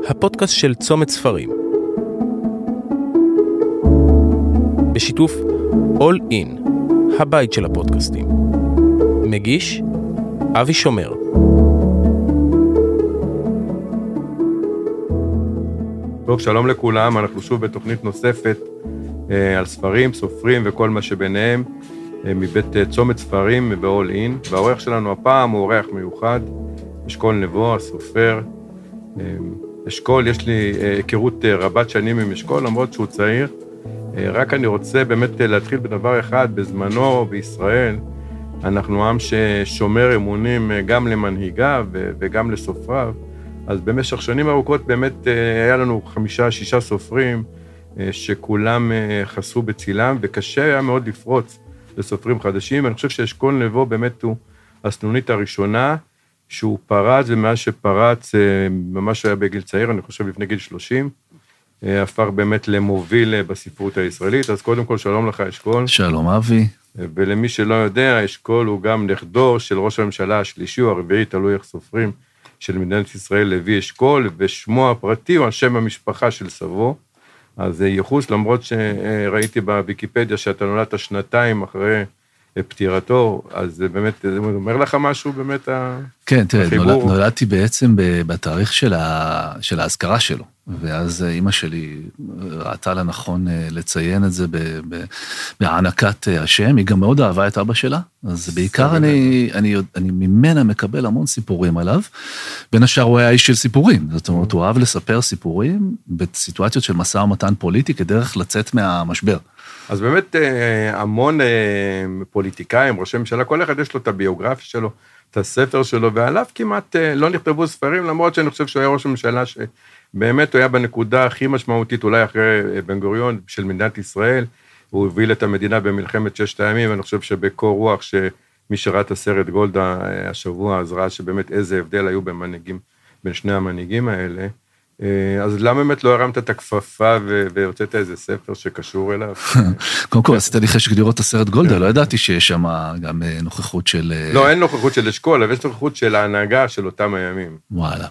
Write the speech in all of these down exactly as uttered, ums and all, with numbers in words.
הפודקאסט של צומת ספרים. בשיתוף All In, הבית של הפודקאסטים. מגיש אבי שומר. טוב, שלום לכולם, אנחנו שוב בתוכנית נוספת אה, על ספרים, סופרים וכל מה שביניהם, אה, מבית אה, צומת ספרים ב-All In, והאורח שלנו הפעם הוא אורח מיוחד, אשכול נבו, הסופר. אה, אשכול, יש לי היכרות אה, רבת שנים עם אשכול, למרות שהוא צעיר. אה, רק אני רוצה באמת אה, להתחיל בדבר אחד, בזמנו בישראל, אנחנו עם ששומר אמונים אה, גם למנהיגיו ו- וגם לסופריו, אז במשך שנים ארוכות באמת היה לנו חמישה, שישה סופרים שכולם חסו בצילם, וקשה היה מאוד לפרוץ לסופרים חדשים. אני חושב שאשכול נבו באמת הוא הסנונית הראשונה שהוא פרץ, ומאז שפרץ ממש היה בגיל צעיר, אני חושב לפני גיל שלושים, הפך באמת למוביל בספרות הישראלית. אז קודם כל שלום לך אשכול. שלום אבי. ולמי שלא יודע, אשכול הוא גם נכדו של ראש הממשלה השלישי או הרביעי, תלוי איך סופרים, של מדינת ישראל, לוי אשכול, ושמו הפרטי הוא השם המשפחה של סבו. אז זה ייחוס, למרות שראיתי בוויקיפדיה שאתה נולדת שנתיים אחרי פטירתו, אז זה באמת, זה אומר לך משהו באמת החיבור? כן, תראה, נולד, נולדתי בעצם בתאריך של, ה, של ההזכרה שלו, ואז אמא שלי ראתה לנכון לציין את זה ב, ב, בהענקת השם, היא גם מאוד אהבה את אבא שלה, אז בעיקר אני, אני, אני ממנה מקבל המון סיפורים עליו, בין השאר הוא היה איש של סיפורים, זאת אומרת, הוא אהב לספר סיפורים בסיטואציות של משא ומתן פוליטי, כדרך לצאת מהמשבר. אז באמת המון פוליטיקאים, ראשי ממשלה, כל אחד יש לו את הביוגרפיה שלו, את הספר שלו, ועליו כמעט לא נכתבו ספרים, למרות שאני חושב שהוא היה ראש הממשלה שבאמת הוא היה בנקודה הכי משמעותית, אולי אחרי בן גוריון של מדינת ישראל, הוא הוביל את המדינה במלחמת ששת הימים, ואני חושב שבקור רוח שמי שראה את הסרט גולדה השבוע, אז ראה שבאמת איזה הבדל היו במנהיגים, בין שני המנהיגים האלה. אז למה באמת לא הרמת את הכפפה והוצאת איזה ספר שקשור אליו? קודם כל, עשית לי חשק לראות את הסרט גולדה, לא ידעתי שיש שם גם נוכחות של... לא, אין נוכחות של אשכול, אבל יש נוכחות של ההנהגה של אותם הימים. וואלה,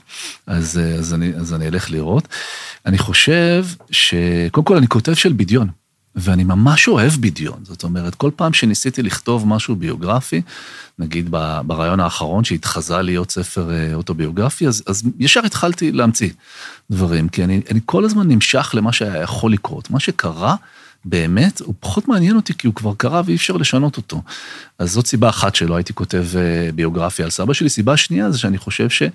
אז אני אלך לראות. אני חושב שקודם כל אני כותב של בדיון, ואני ממש אוהב בדיון, זאת אומרת, כל פעם שניסיתי לכתוב משהו ביוגרפי, נגיד ברעיון האחרון שהתחזה להיות ספר אוטוביוגרפי, אז, אז ישר התחלתי להמציא דברים, כי אני, אני כל הזמן נמשך למה שהיה יכול לקרות. מה שקרה באמת, הוא פחות מעניין אותי, כי הוא כבר קרה ואי אפשר לשנות אותו. אז זאת סיבה אחת שלא הייתי כותב ביוגרפיה על סבא שלי. סיבה שנייה זה שאני חושב ש...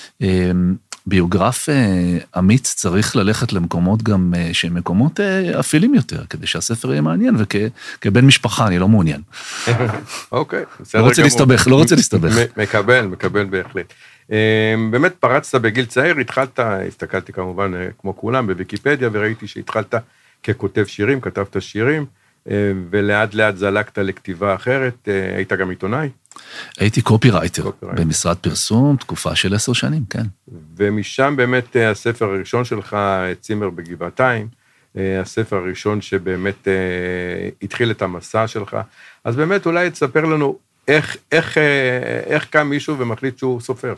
ביוגרף אמיץ צריך ללכת למקומות גם שהם מקומות אפלים יותר, כדי שהספר יהיה מעניין, וכבן משפחה אני לא מעוניין. אוקיי. לא רוצה להסתבך, לא רוצה להסתבך. מקבל, מקבל בהחלט. באמת פרצת בגיל צעיר, התחלת, הסתכלתי כמובן כמו כולם בוויקיפדיה, וראיתי שהתחלת ככותב שירים, כתבת שירים, ולאט לאט זלקת לכתיבה אחרת, היית גם עיתונאי? הייתי קופירייטר במשרד פרסום, תקופה של עשר שנים, כן. ומשם באמת הספר הראשון שלך, צימר בגבעתיים, הספר הראשון שבאמת התחיל את המסע שלך, אז באמת אולי תספר לנו איך, איך, איך קם מישהו ומחליט שהוא סופר.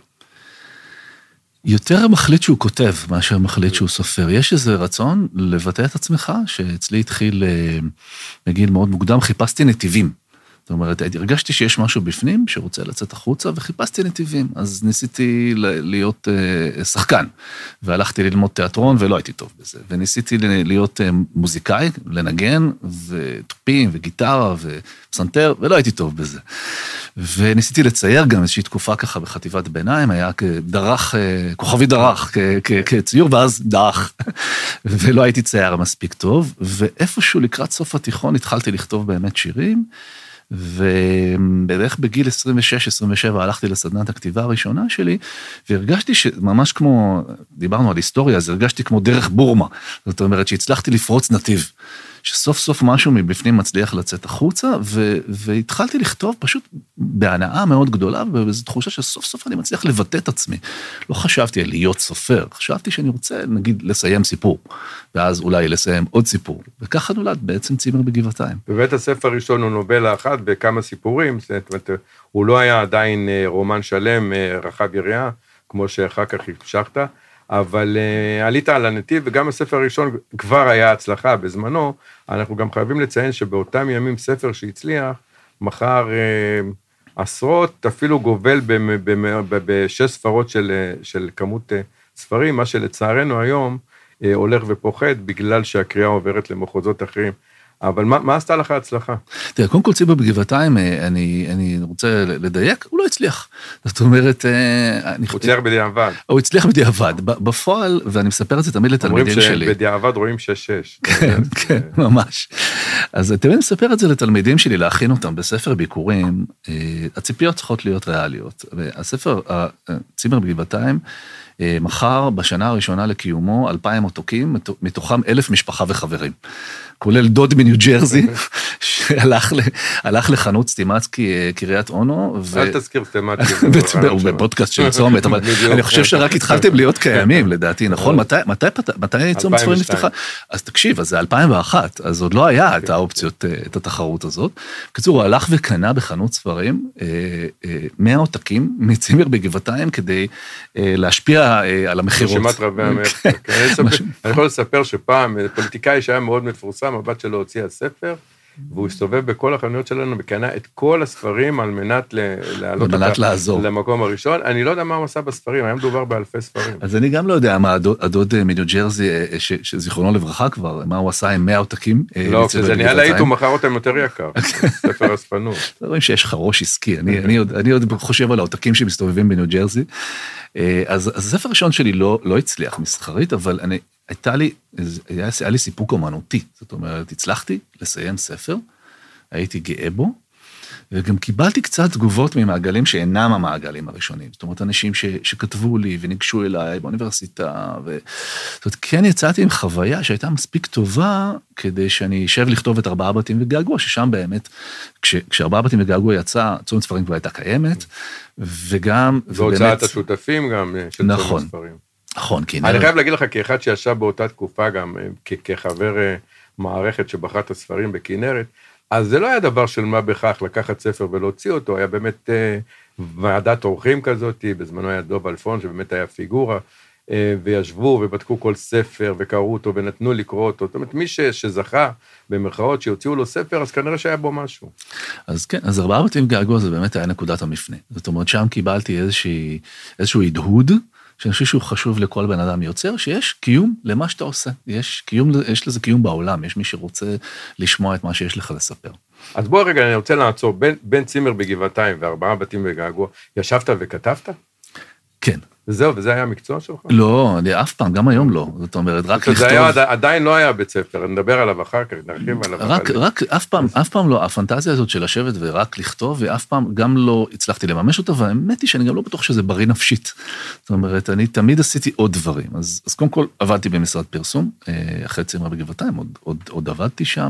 יותר מחליט שהוא כותב, מאשר מחליט שהוא סופר. יש איזה רצון לבטא את עצמך, שאצלי התחיל בגיל מאוד מוקדם, חיפשתי נתיבים. זאת אומרת, הרגשתי שיש משהו בפנים שרוצה לצאת החוצה, וחיפשתי נתיבים. אז ניסיתי להיות שחקן, והלכתי ללמוד תיאטרון, ולא הייתי טוב בזה. וניסיתי להיות מוזיקאי, לנגן, וטופים, וגיטרה, ופסנתר, ולא הייתי טוב בזה. וניסיתי לצייר גם איזושהי תקופה ככה בחטיבת ביניים, היה כדרך, כוכבי דרך, כציור, ואז דרך. ולא הייתי צייר מספיק טוב, ואיפשהו לקראת סוף התיכון התחלתי לכתוב באמת שירים, ובערך בגיל עשרים ושש עשרים ושבע הלכתי לסדנת הכתיבה הראשונה שלי, והרגשתי שממש כמו, דיברנו על היסטוריה, אז הרגשתי כמו דרך בורמה, זאת אומרת שהצלחתי לפרוץ נתיב, שסוף סוף משהו מבפנים מצליח לצאת החוצה, ו- והתחלתי לכתוב פשוט בהנאה מאוד גדולה, וזו תחושה שסוף סוף אני מצליח לבטא את עצמי. לא חשבתי על להיות סופר, חשבתי שאני רוצה, נגיד, לסיים סיפור, ואז אולי לסיים עוד סיפור, וככה נולד בעצם צימר בגבעתיים. בבית הספר הראשון הוא נובלה אחת, בכמה סיפורים, זאת אומרת, הוא לא היה עדיין רומן שלם, רחב יריעה, כמו שאחר כך המשכת, אבל uh, עלית על הנתיב, וגם הספר הראשון כבר היה הצלחה בזמנו, אנחנו גם חייבים לציין שבאותם ימים ספר שהצליח, מחר uh, עשרות, אפילו גובל בשש ספרות של, של כמות uh, ספרים, מה שלצערנו היום uh, הולך ופוחד, בגלל שהקריאה עוברת למחוזות אחרים. אבל מה, מה עשתה לך הצלחה? תראה, קודם כל ציבר בגבעתיים, אני, אני רוצה לדייק, הוא לא הצליח. זאת אומרת... הוא הצליח בדיעבד. הוא הצליח בדיעבד. בפועל, ואני מספר את זה תמיד לתלמידים שלי. אומרים שבדיעבד רואים שש שש. כן, כן, ממש. אז תמיד מספר את זה לתלמידים שלי, להכין אותם בספר ביקורים, הציפיות צריכות להיות ריאליות. והספר, ציבר בגבעתיים, מחר בשנה הראשונה לקיומו, אלפיים עותקים, מתוכם אלף משפחה וחברים. כולל דוד מניו ג'רזי, שהלך לחנות סטימצקי קריית אונו. אל תזכיר סטימצקי. הוא בפודקאסט של צומת, אבל אני חושב שרק התחלתם להיות קיימים, לדעתי, נכון? מתי צומת ספרים נפתחה? אז תקשיב, אז זה אלפיים ואחת, אז עוד לא היה את האופציות, את התחרות הזאת. בקיצור, הוא הלך וקנה בחנות ספרים, מאה עותקים מצימר בגבעתיים, כדי להשפיע על המחירות. רשימת רבי המחקר. אני יכול לספר שפעם, פוליטיקאי שהיה מאוד מפורסם, הבת שלו הוציאה ספר, והוא הסתובב בכל החנויות שלנו, וקנה את כל הספרים על מנת להעלות אותה למקום הראשון. אני לא יודע מה הוא עשה בספרים, היה מדובר באלפי ספרים. אז אני גם לא יודע מה הדוד מניו ג'רזי, שזיכרונו לברכה כבר, מה הוא עשה עם מאה עותקים. לא, כשזה נהיה להיט, הוא מכר אותם יותר יקר. ספר אספנות. רואים שיש לך ראש עסקי, אני עוד חושב על העותקים שמסתובבים בניו ג'רזי. אז הספר הראשון שלי לא הצליח מסחרית, אבל אני... הייתה לי, היה לי סיפוק אומנותי, זאת אומרת, הצלחתי לסיים ספר, הייתי גאה בו, וגם קיבלתי קצת תגובות ממעגלים שאינם המעגלים הראשונים, זאת אומרת, אנשים ש, שכתבו לי וניגשו אליי באוניברסיטה, ו... זאת אומרת, כן יצאתי עם חוויה שהייתה מספיק טובה, כדי שאני אשב לכתוב את ארבעה בתים וגעגוע, ששם באמת, כש, כשארבעה בתים וגעגוע יצא, צומת ספרים כבר הייתה קיימת, וגם... והוצאת השותפים גם של נכון. צומת ספרים. נכון, כי... אני חייב להגיד לך, כאחד שישב באותה תקופה גם, כחבר מערכת שבחר את הספרים בכנרת, אז זה לא היה דבר של מה בכך לקחת ספר ולהוציא אותו, היה באמת ועדת אורחים כזאת, בזמנו היה דוב אלפון, שבאמת היה פיגורה, וישבו ובדקו כל ספר וקראו אותו ונתנו לקרוא אותו, זאת אומרת, מי שזכה במרכאות שיוציאו לו ספר, אז כנראה שהיה בו משהו. אז כן, אז ארבעה בתים געגוע זה באמת היה נקודת המפנה, זאת אומרת, שם קיבלתי איזשהו הדהוד, שאני חושב שהוא חשוב לכל בן אדם יוצר, שיש קיום למה שאתה עושה. יש קיום, יש לזה קיום בעולם, יש מי שרוצה לשמוע את מה שיש לך לספר. אז בוא רגע, אני רוצה לעצור, בין, בין צימר בגבעתיים וארבעה בתים בגעגוע, ישבת וכתבת? כן. וזהו, וזה היה המקצוע שלך? לא, אני אף פעם, גם היום לא. זאת אומרת, רק לכתוב... זה היה, עדיין לא היה בית ספר, נדבר עליו אחר כך, נרחיב עליו. רק, רק, אף פעם, אף פעם לא, הפנטזיה הזאת של לשבת ורק לכתוב, ואף פעם גם לא הצלחתי לממש אותה, והאמת היא שאני גם לא בטוח שזה בריא נפשית. זאת אומרת, אני תמיד עשיתי עוד דברים. אז, אז קודם כל, עבדתי במשרד פרסום, אחרי צימר בגבעתיים, עוד, עוד, עוד עבדתי שם.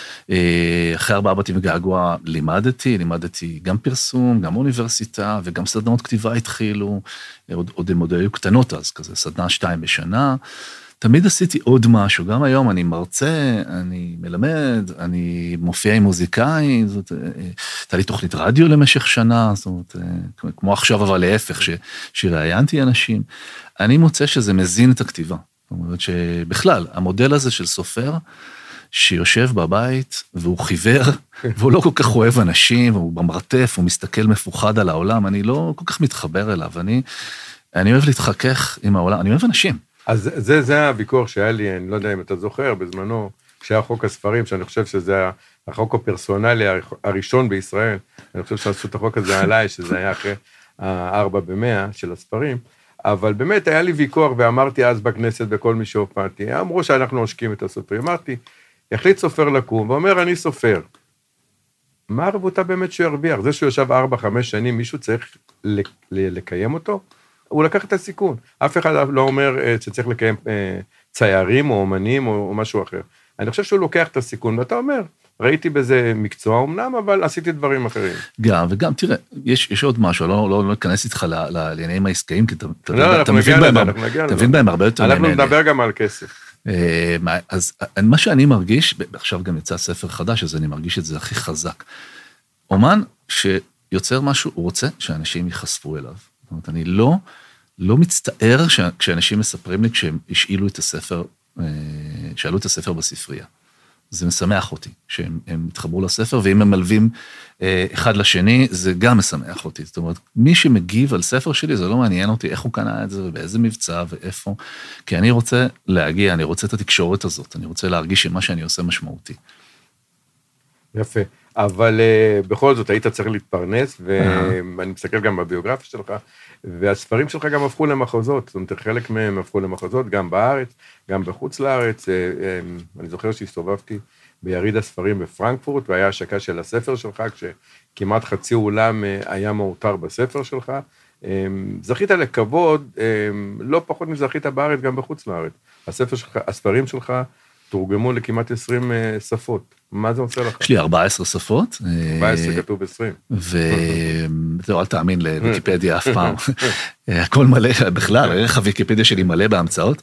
אחרי ארבעה בתים וגעגוע לימדתי, לימדתי גם פרסום, גם אוניברסיטה, וגם סדנאות כתיבה התחילו, עוד, עוד הם עוד היו קטנות אז, כזה סדנה שתיים בשנה, תמיד עשיתי עוד משהו, גם היום אני מרצה, אני מלמד, אני מופיע עם מוזיקאים, זאת, הייתה לי תוכנית רדיו למשך שנה, זאת אומרת, כמו עכשיו אבל להפך, ש, שראיינתי אנשים, אני מוצא שזה מזין את הכתיבה, זאת אומרת שבכלל, המודל הזה של סופר, שיושב בבית, והוא חיוור, והוא לא כל כך אוהב אנשים, והוא במרתף, הוא מסתכל מפוחד על העולם, אני לא כל כך מתחבר אליו, אני, אני אוהב להתחכך עם העולם, אני אוהב אנשים. אז זה, זה הוויכוח שהיה לי, אני לא יודע אם אתה זוכר, בזמנו, כשהיה חוק הספרים, שאני חושב שזה החוק הפרסונלי הראשון בישראל, אני חושב שעשו את החוק הזה עליי, שזה היה אחרי הארבע במאה של הספרים, אבל באמת היה לי ויכוח, ואמרתי אז בכנסת, בכל מי שהופעתי, אמרו שאנחנו עושקים את הסופרים, אמרתי, החליט סופר לקום, ואומר, אני סופר. מה הרבותה באמת שהוא ירוויח? זה שהוא יושב ארבע, חמש שנים, מישהו צריך לקיים אותו? הוא לקח את הסיכון. אף אחד לא אומר שצריך לקיים ציירים או אומנים או משהו אחר. אני חושב שהוא לוקח את הסיכון, ואתה אומר, ראיתי בזה מקצוע אמנם, אבל עשיתי דברים אחרים. גם, וגם, תראה, יש, יש עוד משהו, לא, לא, לא אכנס איתך לעניינים העסקיים, כי אתה, לא, אתה מבין בהם, אתה מבין בהם הרבה יותר אנחנו נדבר גם על כסף. אז מה שאני מרגיש, עכשיו גם יצא ספר חדש, אז אני מרגיש את זה הכי חזק. אומן שיוצר משהו, הוא רוצה שאנשים ייחשפו אליו. זאת אומרת, אני לא לא מצטער כשאנשים מספרים לי כשהם השאילו את הספר, שאלו את הספר בספרייה. זה משמח אותי, שהם התחברו לספר, ואם הם מלווים אחד לשני, זה גם משמח אותי. זאת אומרת, מי שמגיב על ספר שלי, זה לא מעניין אותי איך הוא קנה את זה, ובאיזה מבצע ואיפה, כי אני רוצה להגיע, אני רוצה את התקשורת הזאת, אני רוצה להרגיש שמה שאני עושה משמעותי. יפה, אבל uh, בכל זאת היית צריך להתפרנס, ואני מסתכל גם בביוגרפיה שלך, והספרים שלך גם הפכו למחוזות, זאת אומרת, חלק מהם הפכו למחוזות, גם בארץ, גם בחוץ לארץ, אני זוכר שהסתובבתי ביריד הספרים בפרנקפורט, והיה השקה של הספר שלך, כשכמעט חצי אולם היה מאותר בספר שלך, זכית לכבוד, לא פחות מזכית בארץ, גם בחוץ לארץ. הספר שלך, הספרים שלך תורגמו לכמעט עשרים שפות. מה זה עושה לך? יש לי ארבע עשרה שפות. ארבע עשרה כתוב עשרים. וזהו, אל תאמין לוויקיפדיה אף פעם. הכל מלא, בכלל, ערך הוויקיפדיה שלי מלא בהמצאות.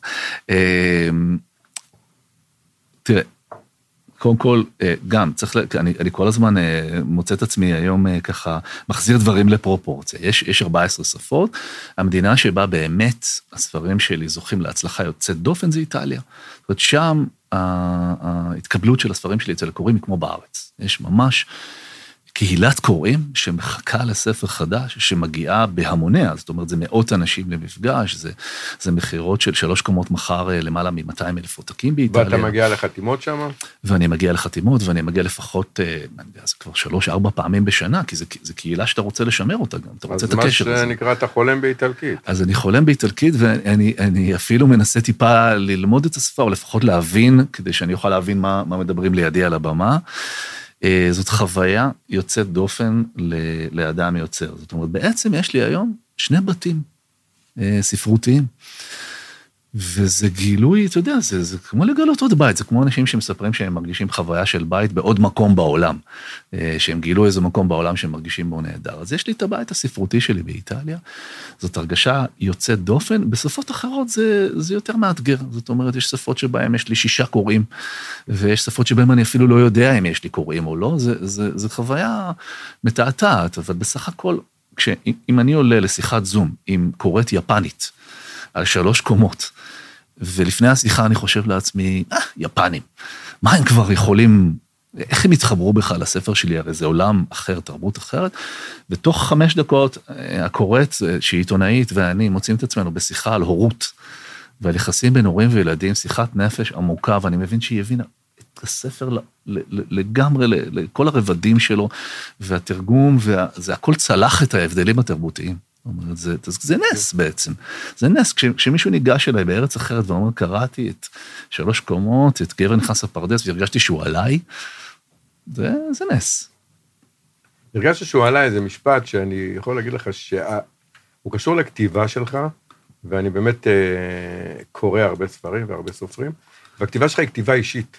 תראה, קודם כל, גם, צריך, אני, אני כל הזמן מוצא את עצמי היום ככה, מחזיר דברים לפרופורציה. יש, יש ארבע עשרה שפות, המדינה שבה באמת הספרים שלי זוכים להצלחה יוצאת דופן זה איטליה. זאת אומרת, שם ההתקבלות של הספרים שלי אצל הקוראים היא כמו בארץ. יש ממש קהילת קוראים שמחכה לספר חדש, שמגיעה בהמוניה, זאת אומרת, זה מאות אנשים למפגש, זה, זה מחירות של שלוש קומות מחר למעלה מ-מאתיים אלף עותקים באיטליה. ואתה מגיע לחתימות שם? ואני מגיע לחתימות, ואני מגיע לפחות, אני יודע, זה כבר שלוש, ארבע פעמים בשנה, כי זה, זה קהילה שאתה רוצה לשמר אותה גם, אתה רוצה את הקשר הזה. אז מה שנקרא, אתה חולם באיטלקית. אז אני חולם באיטלקית, ואני אני אפילו מנסה טיפה ללמוד את השפה, או לפחות להבין, כדי שאני אוכל להבין מה, מה מדברים לידי על הבמה. זאת חוויה יוצאת דופן לאדם יוצר. זאת אומרת, בעצם יש לי היום שני בתים ספרותיים, וזה גילוי, אתה יודע, זה, זה כמו לגלות עוד בית, זה כמו אנשים שמספרים שהם מרגישים חוויה של בית בעוד מקום בעולם, שהם גילו איזה מקום בעולם שהם מרגישים בו נהדר. אז יש לי את הבית הספרותי שלי באיטליה, זאת הרגשה יוצאת דופן, בשפות אחרות זה, זה יותר מאתגר, זאת אומרת, יש שפות שבהם יש לי שישה קוראים, ויש שפות שבהם אני אפילו לא יודע אם יש לי קוראים או לא, זה, זה, זה חוויה מתעתעת, אבל בסך הכל, כשאם אני עולה לשיחת זום עם קוראת יפנית, על שלוש קומות, ולפני השיחה אני חושב לעצמי, אה, יפנים, מה הם כבר יכולים, איך הם התחברו בכלל לספר שלי, הרי זה עולם אחר, תרבות אחרת, ותוך חמש דקות, הקוראת שהיא עיתונאית ואני מוצאים את עצמנו בשיחה על הורות, ועל יחסים בין הורים וילדים, שיחת נפש עמוקה, ואני מבין שהיא הבינה את הספר לגמרי, לכל הרבדים שלו, והתרגום, וזה הכל צלח את ההבדלים התרבותיים. זה, זה נס בעצם, זה נס, כש, כשמישהו ניגש אליי בארץ אחרת ואומר, קראתי את שלוש קומות, את גבר נכנס לפרדס, והרגשתי שהוא עליי, זה, זה נס. הרגשתי שהוא עליי, זה משפט שאני יכול להגיד לך שהוא קשור לכתיבה שלך, ואני באמת אה, קורא הרבה ספרים והרבה סופרים, והכתיבה שלך היא כתיבה אישית,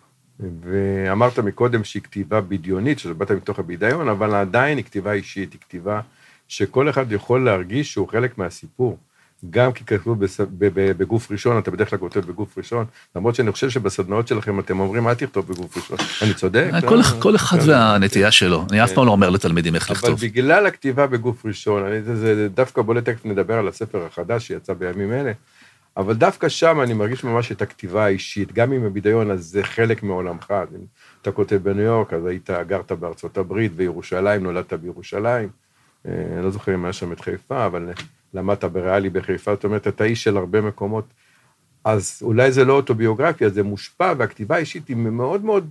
ואמרת מקודם שהיא כתיבה בדיונית, שזה באת מתוך הבידיון, אבל עדיין היא כתיבה אישית, היא כתיבה שכל אחד יכול להרגיש שהוא חלק מהסיפור, גם כי כתוב בגוף ראשון, אתה בדרך כלל כותב בגוף ראשון, למרות שאני חושב שבסדנאות שלכם אתם אומרים, מה תכתוב בגוף ראשון? אני צודק? כל אחד והנטייה שלו, אני אף פעם לא אומר לתלמידים איך לכתוב. אבל בגלל הכתיבה בגוף ראשון, זה דווקא בוא תכף נדבר על הספר החדש שיצא בימים אלה, אבל דווקא שם אני מרגיש ממש את הכתיבה האישית, גם עם הבידיון, אז זה חלק מעולמך, אתה כותב בניו יורק, אז היית, גרת בארצות הברית, בירושלים, נולדת בירושלים, אני לא זוכר אם היה שם את חיפה, אבל למדת בריאלי בחיפה, זאת אומרת, אתה איש של הרבה מקומות, אז אולי זה לא אוטוביוגרפיה, זה מושפע, והכתיבה האישית היא מאוד מאוד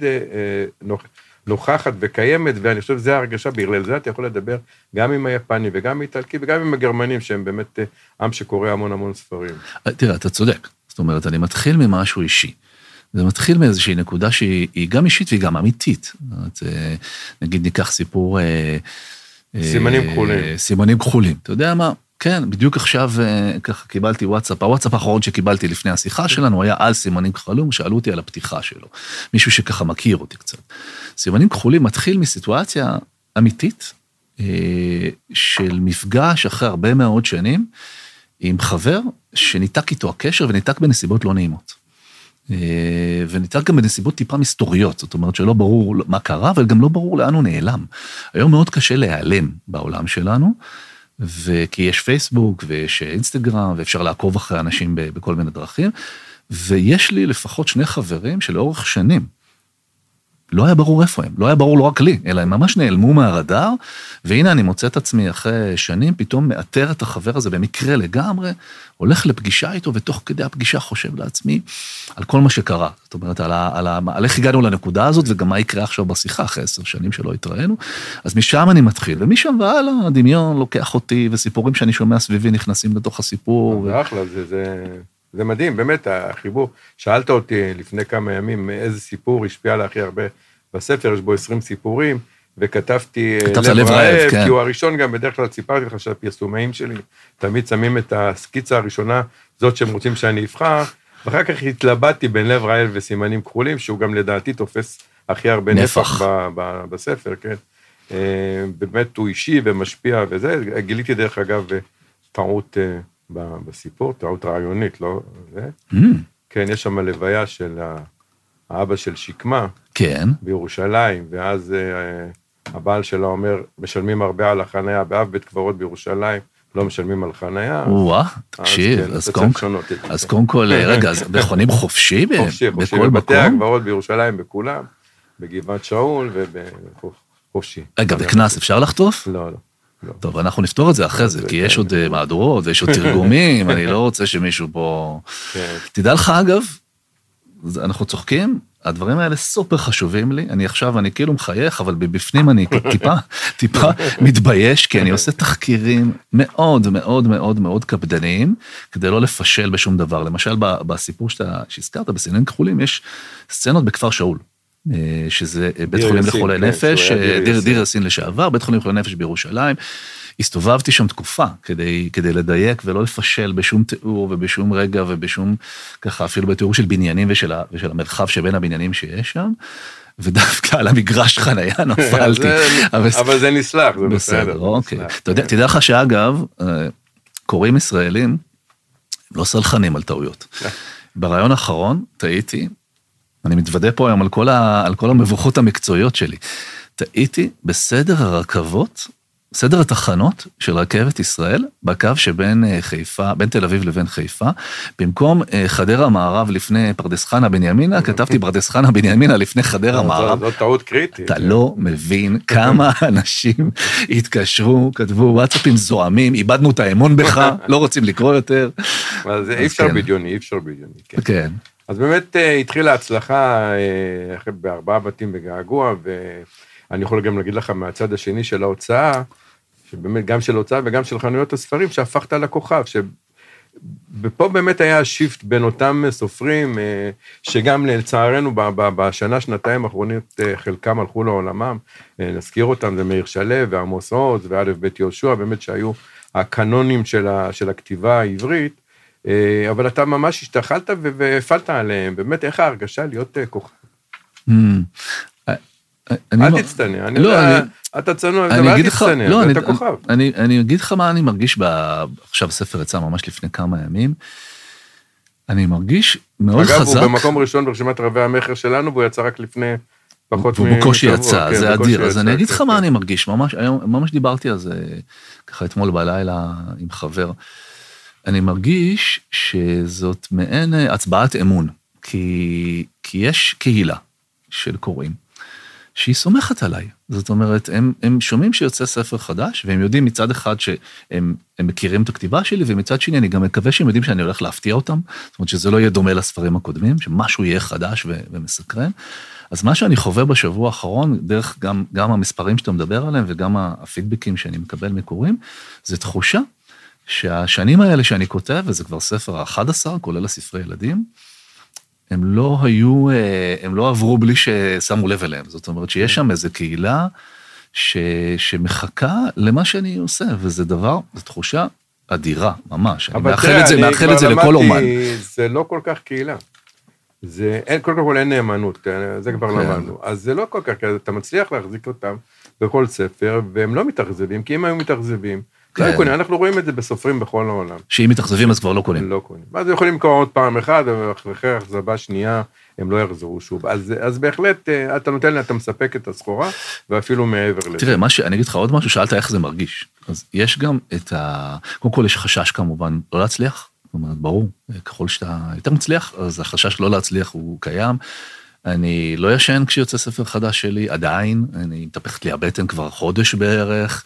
נוכחת וקיימת, ואני חושב שזה הרגשה, בגלל זה אתה יכול לדבר גם עם היפני וגם עם האיטלקי, וגם עם הגרמנים, שהם באמת עם שקורא המון המון ספרים. תראה, אתה צודק, זאת אומרת, אני מתחיל ממשהו אישי, זה מתחיל מאיזושהי נקודה שהיא גם אישית והיא גם אמיתית, נגיד ניקח סיפור, סימנים כחולים. סימנים כחולים. אתה יודע מה? כן, בדיוק עכשיו ככה קיבלתי וואטסאפ. הוואטסאפ האחרון שקיבלתי לפני השיחה שלנו היה על סימנים כחולים, שאלו אותי על הפתיחה שלו. מישהו שככה מכיר אותי קצת. סימנים כחולים מתחיל מסיטואציה אמיתית, של מפגש אחרי הרבה מאוד שנים, עם חבר שניתק איתו הקשר וניתק בנסיבות לא נעימות. וניתק גם בנסיבות טיפה מסתוריות, זאת אומרת שלא ברור מה קרה, אבל גם לא ברור לאן הוא נעלם. היום מאוד קשה להיעלם בעולם שלנו, וכי יש פייסבוק ויש אינסטגרם, ואפשר לעקוב אחרי אנשים בכל מיני דרכים, ויש לי לפחות שני חברים שלאורך שנים, לא היה ברור איפה הם, לא היה ברור לא רק לי, אלא הם ממש נעלמו מהרדאר, והנה אני מוצא את עצמי אחרי שנים, פתאום מאתר את החבר הזה במקרה לגמרי, הולך לפגישה איתו, ותוך כדי הפגישה חושב לעצמי על כל מה שקרה. זאת אומרת, על, על, על, על איך הגענו לנקודה הזאת, וגם מה יקרה עכשיו בשיחה, אחרי עשר שנים שלא התראינו. אז משם אני מתחיל, ומשם והלאה, הדמיון לוקח אותי, וסיפורים שאני שומע סביבי נכנסים לתוך הסיפור. זה אחלה, זה, זה, זה מדהים, באמת, החיבור. שאלת אותי לפני כמה ימים, איזה סיפור השפיע לה הכי הרבה בספר, יש בו עשרים סיפורים, וכתבתי לב רעב, כן. כי הוא הראשון גם, בדרך כלל סיפרתי לך שהפרסומאים שלי, תמיד שמים את הסקיצה הראשונה, זאת שהם רוצים שאני אבחר, ואחר כך התלבטתי בין לב רעב וסימנים כחולים, שהוא גם לדעתי תופס הכי הרבה נפח ב- ב- בספר, כן. באמת הוא אישי ומשפיע וזה, גיליתי דרך אגב טעות בסיפור, טעות רעיונית, לא זה. Mm. כן, יש שם הלוויה של האבא של שקמה, כן. בירושלים, ואז uh, הבעל שלה אומר, משלמים הרבה על החנייה, באב בית קברות בירושלים, לא משלמים על חנייה. וואה, תקשיב, אז, כן, אז, קונק, אז קודם כל, רגע, אז בכונים חופשי? חופשי, חופשי, בבתי הקברות בירושלים, בכולם, בגבעת שאול ובחופשי. רגע, בכנס אפשר לחטוף? לא, לא. לא. טוב, אנחנו נפתור את זה אחרי זה, כי יש עוד מהדורות, ויש עוד תרגומים, אני לא רוצה שמישהו פה... תדע לך, אגב, אנחנו צוחקים, הדברים האלה סופר חשובים לי, אני עכשיו, אני כאילו מחייך, אבל בפנים אני טיפה, טיפה מתבייש, כי אני עושה תחקירים מאוד מאוד מאוד מאוד קפדניים, כדי לא לפשל בשום דבר. למשל, בסיפור שאתה, שהזכרת, בסימנים כחולים, יש סצנות בכפר שאול, שזה בית חולים לחולי נפש, דיר יאסין לשעבר, בית חולים לחולי נפש בירושלים, הסתובבתי שם תקופה, כדי, כדי לדייק ולא לפשל בשום תיאור ובשום רגע ובשום, ככה, אפילו בתיאור של בניינים ושל, ושל המרחב שבין הבניינים שיש שם, ודווקא על המגרש חנייה נפלתי. אבל זה נסלח, זה בסדר. אוקיי. תדע לך שאגב, קוראים ישראלים, לא סלחנים על טעויות. ברעיון האחרון, טעיתי, אני מתוודא פה היום על כל, ה, על כל המבוכות המקצועיות שלי, טעיתי בסדר הרכבות, סדר התחנות של רכבת ישראל, בקו שבין חיפה, בין תל אביב לבין חיפה, במקום חדרה מערב לפני פרדס חנה בנימינה, כתבתי פרדס חנה בנימינה לפני חדרה מערב. זו טעות קריטית. אתה לא מבין כמה אנשים התקשרו, כתבו וואטסאפים זועמים, איבדנו את האמון בך, לא רוצים לקרוא יותר. אי אפשר בדיוני, אי אפשר בדיוני. כן. אז באמת התחילה ההצלחה בארבעה בתים בגעגוע, ואני יכול גם להגיד לך מהצד השני של ההוצאה, שבאמת גם של ההוצאה וגם של חנויות הספרים, שהפכת לכוכב, ופה באמת היה השיפט בין אותם סופרים, שגם לצערנו בשנה, שנתיים האחרונית, חלקם הלכו לעולמם, נזכיר אותם, זה מאיר שלו ועמוס עוז ואלף בית יהושע, באמת שהיו הקנונים של הכתיבה העברית, אבל אתה ממש השתחלת והפעלת עליהם, באמת איך ההרגשה להיות כוכב? אל תצטנע, אתה צנוע, אל תצטנע, אתה כוכב. אני אגיד לך מה אני מרגיש, עכשיו ספר יצא ממש לפני כמה ימים, אני מרגיש מאוד חזק. אגב, הוא במקום ראשון ברשימת רבי המחר שלנו, והוא יצא רק לפני פחות משבוע. והוא בקושי יצא, זה אדיר, אז אני אגיד לך מה אני מרגיש, ממש דיברתי על זה, ככה אתמול בלילה עם חבר, אני מרגיש שזאת מעין הצבעת אמון, כי, כי יש קהילה של קוראים, שהיא סומכת עליי. זאת אומרת, הם, הם שומעים שיוצא ספר חדש, והם יודעים מצד אחד שהם הם מכירים את הכתיבה שלי, ומצד שני אני גם מקווה שהם יודעים שאני הולך להפתיע אותם, זאת אומרת שזה לא יהיה דומה לספרים הקודמים, שמשהו יהיה חדש ו- ומסקרן. אז מה שאני חווה בשבוע האחרון, דרך גם, גם המספרים שאתה מדבר עליהם, וגם הפידבקים שאני מקבל מקוראים, זה תחושה שהשנים האלה שאני כותב, וזה כבר ספר ה-אחד עשר, כולל הספרי ילדים, הם לא היו, הם לא עברו בלי ששמו לב אליהם. זאת אומרת שיש שם איזו קהילה ש, שמחכה למה שאני עושה, וזה דבר, זו תחושה אדירה, ממש. אני מאחל את זה, מאחל את זה לכל אומן. זה לא כל כך קהילה. זה, אין, כל כך אין נאמנות, זה כבר למדנו. אז זה לא כל כך, אתה מצליח להחזיק אותם בכל ספר, והם לא מתאכזבים, כי אם היו מתאכזבים, לא קונים, אנחנו רואים את זה בסופרים בכל העולם. שאם מתאכזבים אז כבר לא קונים. לא קונים. אז יכולים לקרוא עוד פעם אחת, ואחרי אכזבה שנייה, הם לא יחזרו שוב. אז, אז בהחלט, אתה נותן לי, אתה מספק את הסחורה, ואפילו מעבר לזה. תראה, מה ש... אני אגיד לך עוד משהו, שאלת איך זה מרגיש. אז יש גם את ה... קודם כל יש חשש כמובן לא להצליח, זאת אומרת, ברור, ככל שאתה יותר מצליח, אז החשש לא להצליח הוא קיים. אני לא ישן כשיוצא ספר חדש שלי, עדיין, אני מתהפכת לי הבטן כבר חודש בערך,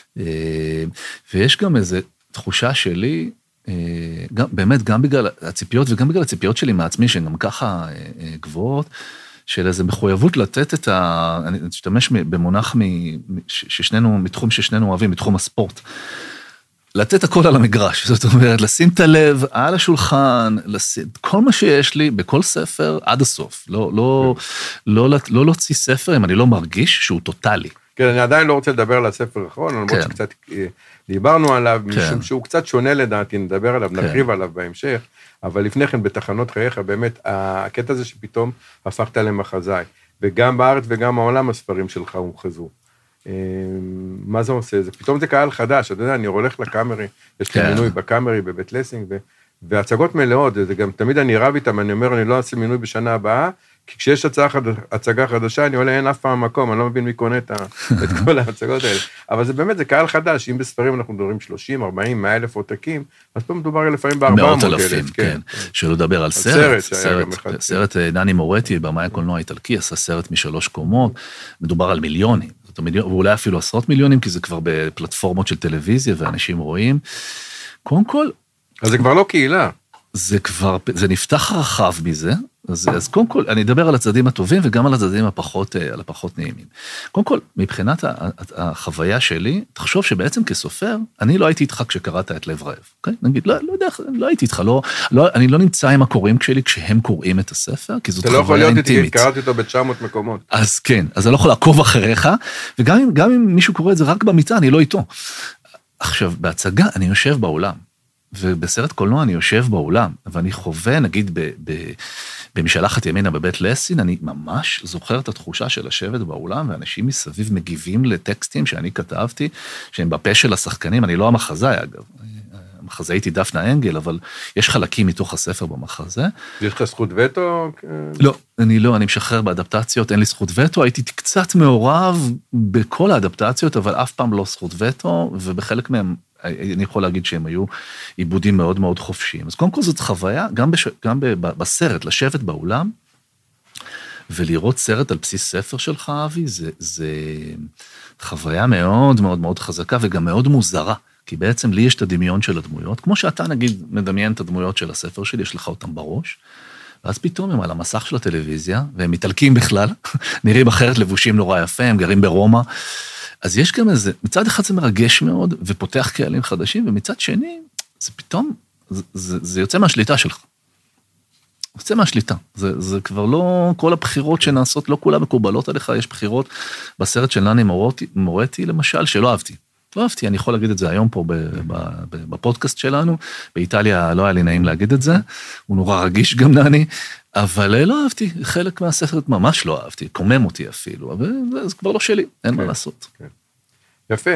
ויש גם איזו תחושה שלי, גם, באמת גם בגלל הציפיות וגם בגלל הציפיות שלי מעצמי, שהן גם ככה גבוהות, של איזו מחויבות לתת את ה... אני אשתמש במונח ששנינו, מתחום ששנינו אוהבים, מתחום הספורט, לתת הכל על המגרש, זאת אומרת, לשים את הלב על השולחן, לשים, כל מה שיש לי בכל ספר עד הסוף, לא, לא, לא, לא, לא להוציא ספר אם אני לא מרגיש שהוא טוטלי. כן, אני עדיין לא רוצה לדבר על הספר האחרון, למרות כן. שקצת דיברנו עליו, כן. משום שהוא קצת שונה לדעתי, נדבר עליו, כן. נרחיב עליו בהמשך, אבל לפני כן בתחנות חייך, באמת, הקטע הזה שפתאום הפכת למחזאי, וגם בארץ וגם העולם הספרים שלך הומחזו. מה זה עושה? זה פתאום זה קהל חדש, אתה יודע, אני הולך לקאמרי, יש לי מינוי בקאמרי, בבית לסינג, והצגות מלאות, זה גם תמיד אני רב איתם, אני אומר, אני לא אעשה מינוי בשנה הבאה, כי כשיש הצגה חדשה, אני עולה אין אף פעם מקום, אני לא מבין מי קונה את כל ההצגות האלה. אבל זה באמת, זה קהל חדש, אם בספרים אנחנו מדברים שלושים, ארבעים, מאה אלף עותקים, אז פה מדובר לפעמים בארבע מאות אלף. מאות אלפים, כן. שלא לדבר על סרט, סרט דני מורטי, במאי הקולנוע האיטלקי, עשה סרט משלוש קומות, מדובר על מיליונים, ואולי אפילו עשרות מיליונים, כי זה כבר בפלטפורמות של טלוויזיה, ואנשים רואים. קודם כל... אז זה כבר לא קהילה. זה כבר, זה נפתח רחב מזה, אז, אז קודם כל, אני אדבר על הצדדים הטובים, וגם על הצדדים הפחות, על הפחות נעימים. קודם כל, מבחינת החוויה שלי, תחשוב שבעצם כסופר, אני לא הייתי איתך כשקראת את לב רעב, אוקיי? נגיד, לא, לא יודע, לא הייתי איתך, לא, לא, אני לא נמצא עם הקוראים שלי כשהם קוראים את הספר, כי זאת חוויה אינטימית. אתה לא יכול להיות איתי, קראתי אותו ב-תשע מאות מקומות. אז כן, אז אני לא יכול לעקוב אחריך, וגם אם, גם אם מישהו קורא את זה רק במיטה, אני לא איתו. עכשיו, בהצגה, אני יושב באולם. ובסרט קולנוע אני יושב באולם, ואני חווה, נגיד, ב, ב, במשלחת ימינה בבית לסין, אני ממש זוכר את התחושה של לשבת באולם, ואנשים מסביב מגיבים לטקסטים שאני כתבתי, שהם בפה של השחקנים, אני לא המחזאי, אגב, המחזאי הייתי דפנה אנגל, אבל יש חלקים מתוך הספר במחזה. יש לך זכות וטו? לא, אני לא, אני משחרר באדפטציות, אין לי זכות וטו, הייתי קצת מעורב בכל האדפטציות, אבל אף פעם לא זכות וטו, ובחלק מהם, אני יכול להגיד שהם היו עיבודים מאוד מאוד חופשיים. אז קודם כל זאת חוויה, גם, בש... גם בסרט, לשבת באולם, ולראות סרט על בסיס ספר שלך, אבי, זה, זה חוויה מאוד מאוד מאוד חזקה, וגם מאוד מוזרה, כי בעצם לי יש את הדמיון של הדמויות, כמו שאתה נגיד מדמיין את הדמויות של הספר שלי, יש לך אותם בראש, ואז פתאום הם על המסך של הטלוויזיה, והם מתעלקים בכלל, נראים אחרת לבושים נורא יפה, הם גרים ברומא, אז יש גם איזה, מצד אחד זה מרגש מאוד, ופותח קהלים חדשים, ומצד שני, זה פתאום, זה, זה, זה יוצא מהשליטה שלך. יוצא מהשליטה. זה, זה כבר לא, כל הבחירות שנעשות, לא כולה מקובלות עליך, יש בחירות בסרט של נני מורטי, מורטי למשל, שלא אהבתי. לא אהבתי, אני יכול להגיד את זה היום פה בפודקאסט שלנו, באיטליה לא היה לי נעים להגיד את זה, הוא נורא רגיש גם נני, אבל לא אהבתי, חלק מהסרט ממש לא אהבתי, קומם אותי אפילו, אבל זה כבר לא שלי, אין מה לעשות. יפה.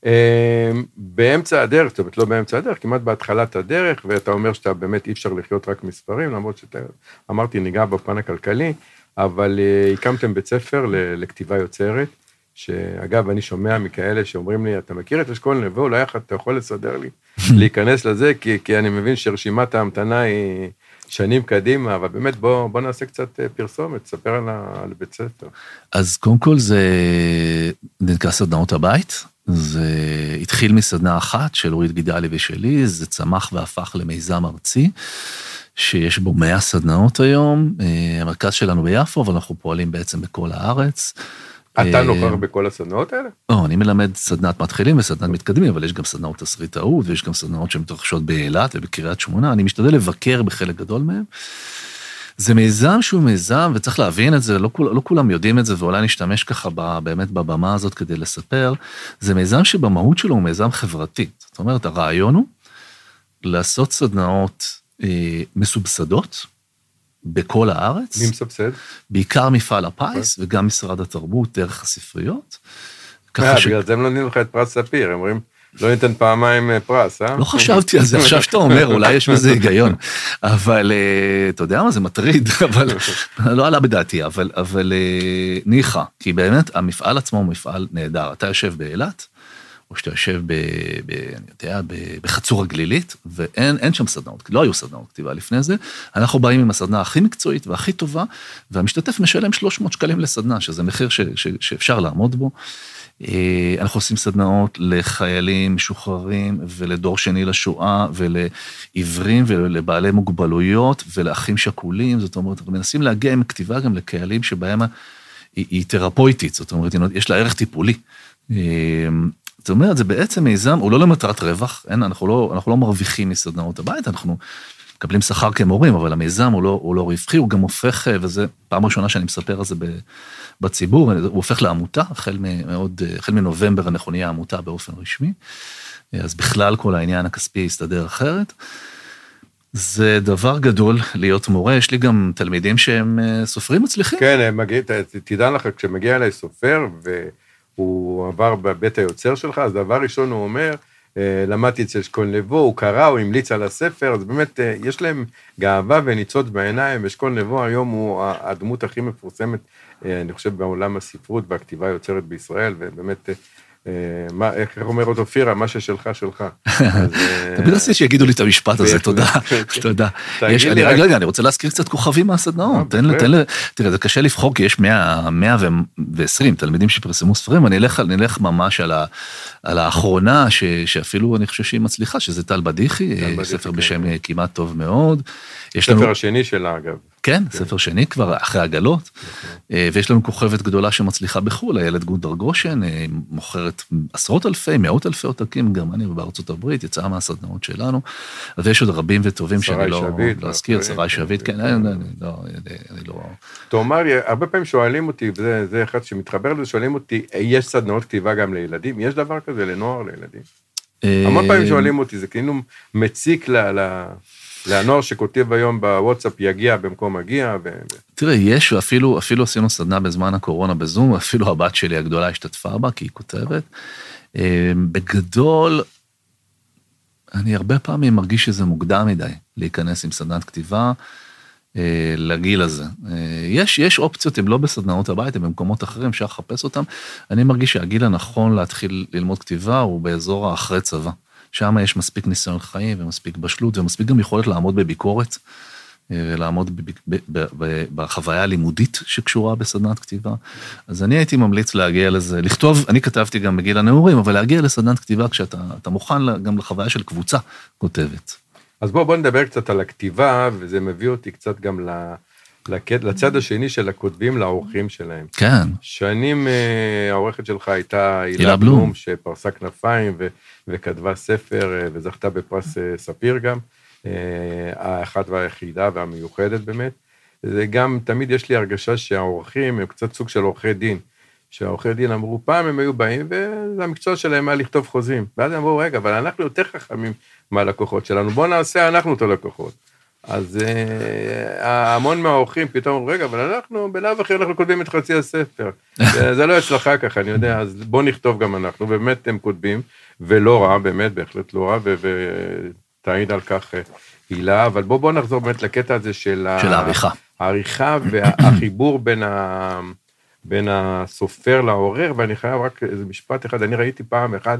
באמצע הדרך, זאת אומרת, לא באמצע הדרך, כמעט בהתחלת הדרך, ואתה אומר שאתה באמת אי אפשר לחיות רק מספרים, למרות שאתה, אמרתי, ניגע בפן הכלכלי, אבל הקמתם בית ספר לכתיבה יוצרת, שאגב, אני שומע מכאלה שאומרים לי, אתה מכיר את אשכול נבו, אולי אתה יכול לסדר לי, להיכנס לזה, כי, כי אני מבין שרשימת ההמתנה היא שנים קדימה, אבל באמת בוא, בוא נעשה קצת פרסומת, תספר על, על בית ספר. אז קודם כל זה נקרא סדנאות הבית, זה התחיל מסדנה אחת של אורית גידלי ושלי, זה צמח והפך למיזם ארצי, שיש בו מאה סדנאות היום, המרכז שלנו ביפו, אבל אנחנו פועלים בעצם בכל הארץ, אתה נוכח בכל הסדנאות האלה? לא, אני מלמד סדנת מתחילים וסדנת מתקדמים, אבל יש גם סדנאות תסריטאות, ויש גם סדנאות שמתרחשות באילת ובקריית שמונה, אני משתדל לבקר בחלק גדול מהם. זה מיזם שהוא מיזם, וצריך להבין את זה, לא, כול, לא כולם יודעים את זה, ואולי נשתמש ככה באמת בבמה הזאת כדי לספר, זה מיזם שבמהות שלו הוא מיזם חברתי. זאת אומרת, הרעיון הוא לעשות סדנאות אה, מסובסדות, בכל הארץ. מי מסבסד? בעיקר מפעל הפיס, וגם משרד התרבות, דרך הספריות. בגלל זה הם לא נותנים לך את פרס ספיר, הם אומרים, לא ניתן פעמיים פרס, אה? לא חשבתי על זה, עכשיו שאתה אומר, אולי יש בזה היגיון, אבל אתה יודע מה, זה מטריד, אבל לא עלה בדעתי, אבל, אבל ניחא, כי באמת המפעל עצמו הוא מפעל נהדר, אתה יושב באילת, או שאתה יושב ב, ב, אני יודע, בחצור הגלילית, ואין אין שם סדנאות, לא היו סדנאות כתיבה לפני זה, אנחנו באים עם הסדנה הכי מקצועית והכי טובה, והמשתתף משלם שלוש מאות שקלים לסדנה, שזה מחיר ש, ש, שאפשר לעמוד בו. אנחנו עושים סדנאות לחיילים משוחררים, ולדור שני לשואה, ולעברים, ולבעלי מוגבלויות, ולאחים שכולים, זאת אומרת, אנחנו מנסים להגיע עם כתיבה גם לקהלים שבהם היא, היא תרפויטית, זאת אומרת, יש לה ערך טיפולי. זאת אומרת, זה בעצם מיזם, הוא לא למטרת רווח, אין, אנחנו לא, אנחנו לא מרוויחים מסדנאות הבית, אנחנו מקבלים שכר כמורים, אבל המיזם הוא לא, הוא לא רווחי, הוא גם הופך, וזה פעם ראשונה שאני מספר על זה בציבור, הוא הופך לעמותה, החל מאוד, החל מנובמבר אנחנו נהיה עמותה באופן רשמי, אז בכלל כל העניין הכספי יסתדר אחרת. זה דבר גדול להיות מורה, יש לי גם תלמידים שהם סופרים מצליחים. כן, מגיע, תדע לך, כשמגיע אליי סופר, והוא עבר בבית היוצר שלך, אז דבר ראשון הוא אומר, למדתי אצל שקול נבו, הוא קרא, הוא המליץ על הספר, אז באמת יש להם גאווה וניצוץ בעיניים, ושקול נבו היום הוא הדמות הכי מפורסמת, אני חושב, בעולם הספרות והכתיבה היוצרת בישראל, ובאמת, איך אומר אותו פירה, מה ששלך, שלך. תמיד עשיתי שיגידו לי את המשפט הזה, תודה, תודה. רגע, אני רוצה להזכיר קצת כוכבים מהסדנאות, תראה, זה קשה לבחור, כי יש מאה ועשרים תלמידים שפרסמו ספרים, אני אלך ממש על האחרונה, שאפילו אני חושב שהיא מצליחה, שזה טל בדיחי, ספר בשם כמעט טוב מאוד. ספר השני שלה, אגב. כן, ספר שני כבר, אחרי הגלות, ויש לנו כוכבת גדולה שמצליחה בחו"ל, הילד גונדר גושן, מוכרת עשרות אלפי, מאות אלפי עותקים, גרמניה ובארצות הברית, יצאה מהסדנאות שלנו, ויש עוד רבים וטובים שאני לא אזכיר, שרי שביט, כן, אני לא... תאמר לי, הרבה פעמים שואלים אותי, וזה אחד שמתחבר לזה, שואלים אותי, יש סדנאות כתיבה גם לילדים? יש דבר כזה לנוער לילדים? המון פעמים שואלים אותי, זה כאילו מציק ל... לנוער שכותב היום בוואטסאפ יגיע במקום מגיע. ו... תראה, יש, אפילו, אפילו עשינו סדנה בזמן הקורונה בזום, אפילו הבת שלי הגדולה השתתפה בה, כי היא כותבת. בגדול, אני הרבה פעמים מרגיש שזה מוקדם מדי, להיכנס עם סדנת כתיבה, לגיל הזה. יש, יש אופציות, הם לא בסדנאות הבית, הם במקומות אחרים, אפשר לחפש אותם. אני מרגיש שהגיל הנכון להתחיל ללמוד כתיבה, הוא באזור האחרי צבא. שם יש מספיק ניסיון חיים ומספיק בשלות, ומספיק גם יכולת לעמוד בביקורת, ולעמוד בחוויה הלימודית שקשורה בסדנת כתיבה. אז אני הייתי ממליץ להגיע לזה, לכתוב, אני כתבתי גם בגיל הנעורים, אבל להגיע לסדנת כתיבה כשאתה מוכן גם לחוויה של קבוצה כותבת. אז בוא, בוא נדבר קצת על הכתיבה, וזה מביא אותי קצת גם לצד השני של הכותבים, לעורכים שלהם. כן. שנים העורכת שלך הייתה הילה בלום, שפרסה כנפיים ו... וכתבה ספר, וזכתה בפרס ספיר גם, האחת והיחידה והמיוחדת באמת. זה גם, תמיד יש לי הרגשה שהעורכים הם קצת סוג של עורכי דין, שהעורכי דין אמרו, פעם הם היו באים, וזה המקצוע שלהם היה לכתוב חוזים. ואז הם אמרו, רגע, אבל אנחנו יותר חכמים מהלקוחות שלנו, בואו נעשה אנחנו את הלקוחות. אז המון מהעורכים פתאום, רגע, אבל אנחנו, בלאו אחרי אנחנו כותבים את חצי הספר. זה לא הצלחה ככה, אני יודע, אז בואו נכתוב גם אנחנו, באמת הם כותבים, ולא רע, באמת, בהחלט לא רע, ותעיד על כך הילה, אבל בואו בוא נחזור באמת לקטע הזה של העריכה. העריכה והחיבור בין, ה, בין הסופר לעורר, ואני חייב רק איזה משפט אחד, אני ראיתי פעם אחד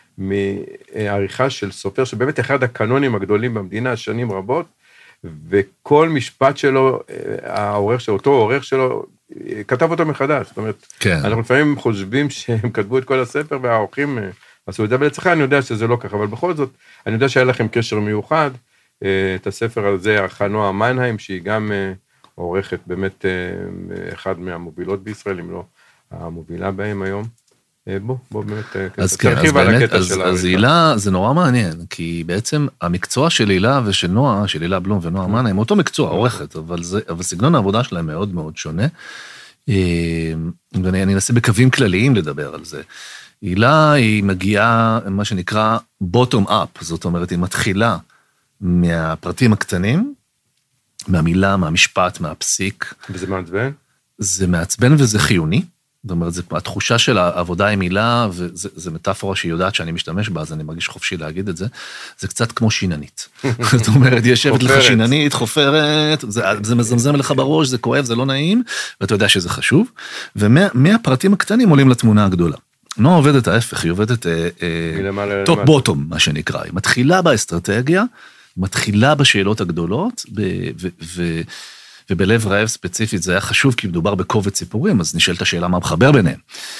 מעריכה של סופר, שבאמת אחד הקנונים הגדולים במדינה, שנים רבות, וכל משפט שלו, העורך שלו, אותו העורך שלו, כתב אותו מחדש, זאת אומרת, כן. אנחנו לפעמים חושבים שהם כתבו את כל הספר, והעורכים עשו את זה, אבל אצלך אני יודע שזה לא ככה, אבל בכל זאת, אני יודע שהיה לכם קשר מיוחד, את הספר הזה ערכה נועה מנהיים, שהיא גם עורכת באמת אחד מהמובילות בישראל, אם לא המובילה בהם היום. בוא, בוא באמת, אז כן, אז באמת, אז, אז הילה, זה נורא מעניין, כי בעצם המקצוע של הילה ושל נועה, של הילה בלום ונועה מנה, הם אותו מקצוע, עורכת, אבל זה, אבל סגנון העבודה שלהם מאוד מאוד שונה, ואני אנסה בקווים כלליים לדבר על זה. הילה היא מגיעה, מה שנקרא, bottom up, זאת אומרת, היא מתחילה מהפרטים הקטנים, מהמילה, מהמשפט, מהפסיק. וזה מעצבן? זה מעצבן וזה חיוני. זאת אומרת, התחושה של העבודה עם מילה, וזו מטאפורה שהיא יודעת שאני משתמש בה, אז אני מרגיש חופשי להגיד את זה, זה קצת כמו שיננית. זאת אומרת, ישבת לך שיננית, חופרת, זה מזמזם לך בראש, זה כואב, זה לא נעים, ואתה יודע שזה חשוב, ומהפרטים הקטנים עולים לתמונה הגדולה. נועה עובדת ההפך, היא עובדת טופ בוטום, מה שנקרא, היא מתחילה באסטרטגיה, מתחילה בשאלות הגדולות, ובלב רעב ספציפית זה היה חשוב, כי מדובר בקובץ סיפורים, אז נשאלת השאלה מה מחבר ביניהם.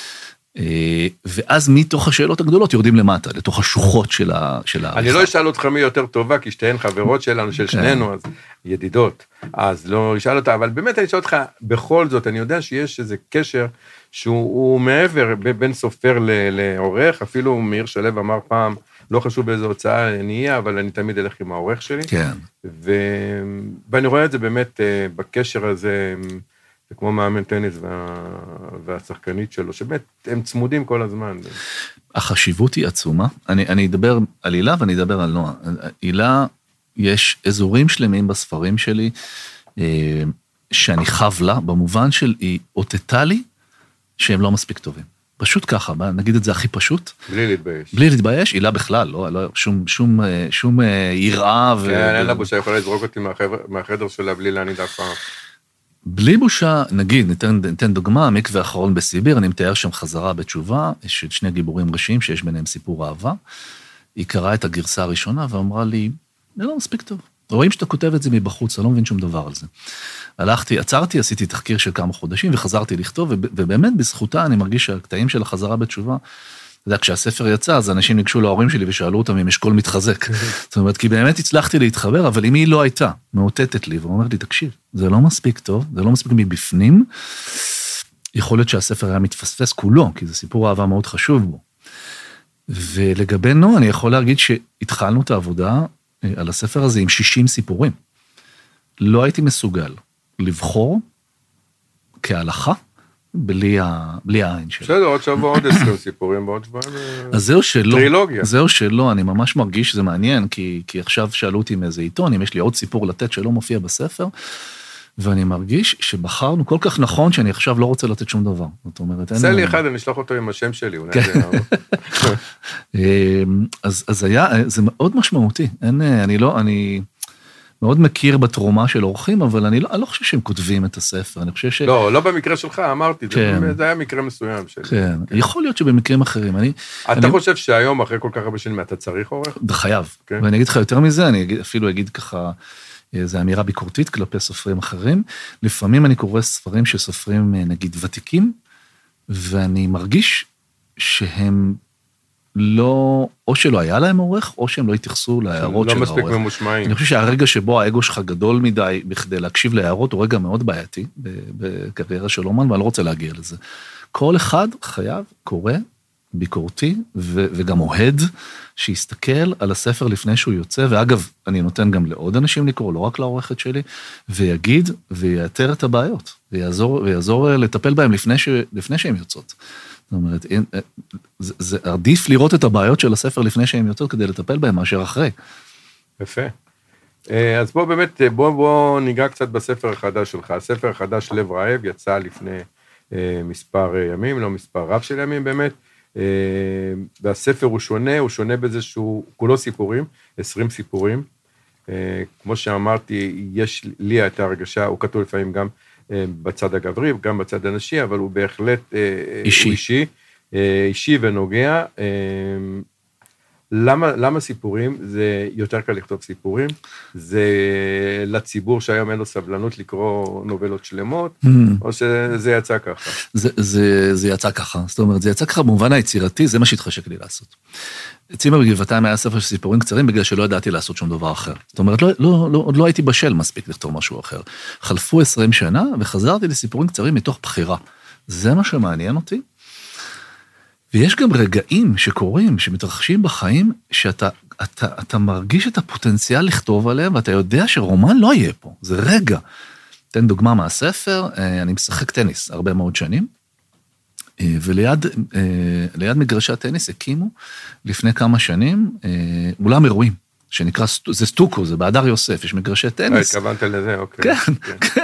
ואז מתוך השאלות הגדולות יורדים למטה, לתוך השוחות של העריכה. אני לא אשאל אותך מי יותר טובה, כי שתיהן חברות שלנו, של שנינו, אז ידידות, אז לא אשאל אותה, אבל באמת אני אשאל אותך, בכל זאת, אני יודע שיש איזה קשר, שהוא מעבר בין סופר לעורך, אפילו מאיר שלו אמר פעם, לא חשוב באיזו הוצאה נהיה, אבל אני תמיד אלך עם העורך שלי. כן. ואני רואה את זה באמת בקשר הזה, זה כמו מאמן טניס והשחקנית שלו, שבאמת הם צמודים כל הזמן. החשיבות היא עצומה. אני, אני אדבר על הילה ואני אדבר על נועה. הילה, יש אזורים שלמים בספרים שלי, שאני חב לה, במובן של היא אותתה לי, שהם לא מספיק טובים. פשוט ככה, נגיד את זה הכי פשוט. בלי להתבייש. בלי להתבייש, הילה בכלל, לא, לא, שום, שום, שום יראה. כן, ו... אין לה בושה, יכולה לזרוק אותי מהחבר, מהחדר שלה בלי להניד אף פעם. בלי בושה, נגיד, ניתן, ניתן דוגמה, המקווה האחרון בסיביר, אני מתאר שם חזרה בתשובה, יש שני גיבורים ראשיים שיש ביניהם סיפור אהבה, היא קראה את הגרסה הראשונה ואמרה לי, זה לא מספיק טוב. רואים שאתה כותב את זה מבחוץ, אני לא מבין שום דבר על זה. הלכתי, עצרתי, עשיתי תחקיר של כמה חודשים, וחזרתי לכתוב, ובאמת בזכותה אני מרגיש שהקטעים של החזרה בתשובה, אתה יודע, כשהספר יצא, אז אנשים ניגשו להורים שלי ושאלו אותם אם אשכול מתחזק. זאת אומרת, כי באמת הצלחתי להתחבר, אבל אם היא לא הייתה, מאותתת לי, ואומרת לי, תקשיב, זה לא מספיק טוב, זה לא מספיק מבפנים, יכול להיות שהספר היה מתפספס כולו, כי זה סיפור אהבה מאוד חשוב בו. ולגבי נועה, אני יכול להגיד שהתחלנו את העבודה על הספר הזה עם שישים סיפורים. לא הייתי מסוגל לבחור כהלכה, בלי, ה... בלי העין שלי. בסדר, עוד שבוע עוד עשרים סיפורים, ועוד שבוע... אז זהו שלא. טרילוגיה. זהו שלא, אני ממש מרגיש שזה מעניין, כי, כי עכשיו שאלו אותי מאיזה עיתון, אם יש לי עוד סיפור לתת שלא מופיע בספר, ואני מרגיש שבחרנו כל כך נכון, שאני עכשיו לא רוצה לתת שום דבר. זאת אומרת, עשה לי אחד, אני אשלח אותו עם השם שלי, אולי זה... אז, אז היה, זה מאוד משמעותי. אין, אני לא, אני... מאוד מכיר בתרומה של אורחים, אבל אני לא, אני לא חושב שהם כותבים את הספר, אני חושב ש... לא, לא במקרה שלך, אמרתי, כן. זה, זה היה מקרה מסוים שלי. כן, כן. יכול להיות שבמקרים אחרים, אני... אתה אני... חושב שהיום, אחרי כל כך הרבה שנים, אתה צריך עורך? חייב, כן. ואני אגיד לך יותר מזה, אני אגיד, אפילו אגיד ככה, זו אמירה ביקורתית כלפי סופרים אחרים, לפעמים אני קורא ספרים שסופרים, נגיד, ותיקים, ואני מרגיש שהם... לא, או שלא היה להם עורך, או שהם לא התייחסו להערות של העורך. לא מספיק ממושמעים. אני חושב שהרגע שבו האגו שלך גדול מדי, בכדי להקשיב להערות, הוא רגע מאוד בעייתי, בקריירה של אומן, ואני לא רוצה להגיע לזה. כל אחד חייב, קורא, ביקורתי, וגם אוהד, שיסתכל על הספר לפני שהוא יוצא, ואגב, אני נותן גם לעוד אנשים לקרוא, לא רק לעורכת שלי, ויגיד, ויאתר את הבעיות, ויעזור, ויעזור לטפל בהם לפני ש, לפני שהם יוצאות. זאת אומרת, זה, זה עדיף לראות את הבעיות של הספר לפני שהן יוצאות, כדי לטפל בהם מאשר אחרי. יפה. אז בוא באמת, בוא, בוא ניגע קצת בספר החדש שלך. הספר החדש, לב רעב, יצא לפני מספר ימים, לא מספר רב של ימים באמת, והספר הוא שונה, הוא שונה בזה שהוא כולו סיפורים, עשרים סיפורים. כמו שאמרתי, יש לי את ההרגשה, הוא כתוב לפעמים גם, בצד הגברי, גם בצד הנשי, אבל הוא בהחלט אישי, אישי, אישי ונוגע. למה, למה סיפורים? זה יותר קל לכתוב סיפורים, זה לציבור שהיום אין לו סבלנות לקרוא נובלות שלמות, mm. או שזה יצא ככה? זה, זה, זה יצא ככה, זאת אומרת, זה יצא ככה במובן היצירתי, זה מה שהתחשק לי לעשות. צימר בגבעתיים היה ספר של סיפורים קצרים, בגלל שלא ידעתי לעשות שום דבר אחר. זאת אומרת, לא, לא, לא, עוד לא הייתי בשל מספיק לכתוב משהו אחר. חלפו עשרים שנה, וחזרתי לסיפורים קצרים מתוך בחירה. זה מה שמעניין אותי. ויש גם רגעים שקורים, שמתרחשים בחיים, שאתה אתה, אתה מרגיש את הפוטנציאל לכתוב עליהם, ואתה יודע שרומן לא יהיה פה. זה רגע. תן דוגמה מהספר, אני משחק טניס הרבה מאוד שנים, וליד ליד מגרשי הטניס הקימו לפני כמה שנים אולם אירועים, שנקרא, זה סטוקו, זה באדר יוסף, יש מגרשי טניס. התכוונת לזה, אוקיי. כן, כן.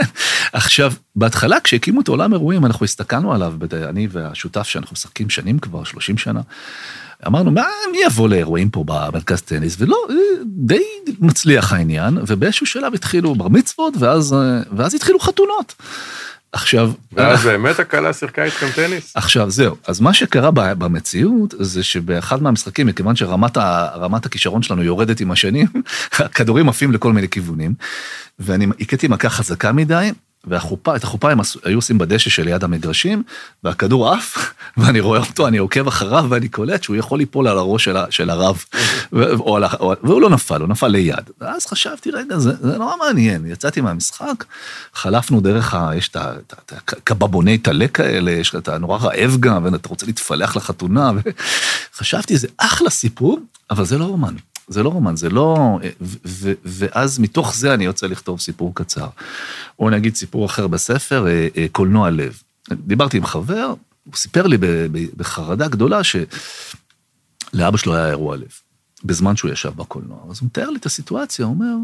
עכשיו, בהתחלה, כשהקימו את עולם אירועים, אנחנו הסתכלנו עליו, אני והשותף שאנחנו משחקים שנים כבר, שלושים שנה, אמרנו, מה, מי יבוא לאירועים פה במרכז טניס? ולא, די מצליח העניין, ובאיזשהו שלב התחילו בר מצוות, ואז, ואז התחילו חתונות. עכשיו... ואז באמת הקהלה שיחקה איתכם טניס? עכשיו, זהו. אז מה שקרה במציאות, זה שבאחד מהמשחקים, מכיוון שרמת הכישרון שלנו יורדת עם השנים, הכדורים עפים לכל מיני כיוונים, ואני הכיתי מכה חזקה מדי, והחופה, את החופה הם היו עושים בדשא שליד המגרשים, והכדור עף, ואני רואה אותו, אני עוקב אחריו, ואני קולט שהוא יכול ליפול על הראש של, של הרב, והוא לא נפל, הוא נפל ליד. ואז חשבתי, רגע, זה, זה נורא מעניין, יצאתי מהמשחק, חלפנו דרך, ה, יש את הקבבוני תלה כאלה, יש את הנורא רעב גם, ואתה רוצה להתפלח לחתונה, וחשבתי, זה אחלה סיפור, אבל זה לא רומן. זה לא רומן, זה לא... ו- ו- ואז מתוך זה אני יוצא לכתוב סיפור קצר. או נגיד סיפור אחר בספר, קולנוע לב. דיברתי עם חבר, הוא סיפר לי בחרדה גדולה שלאבא שלו היה אירוע לב, בזמן שהוא ישב בקולנוע. אז הוא מתאר לי את הסיטואציה, הוא אומר,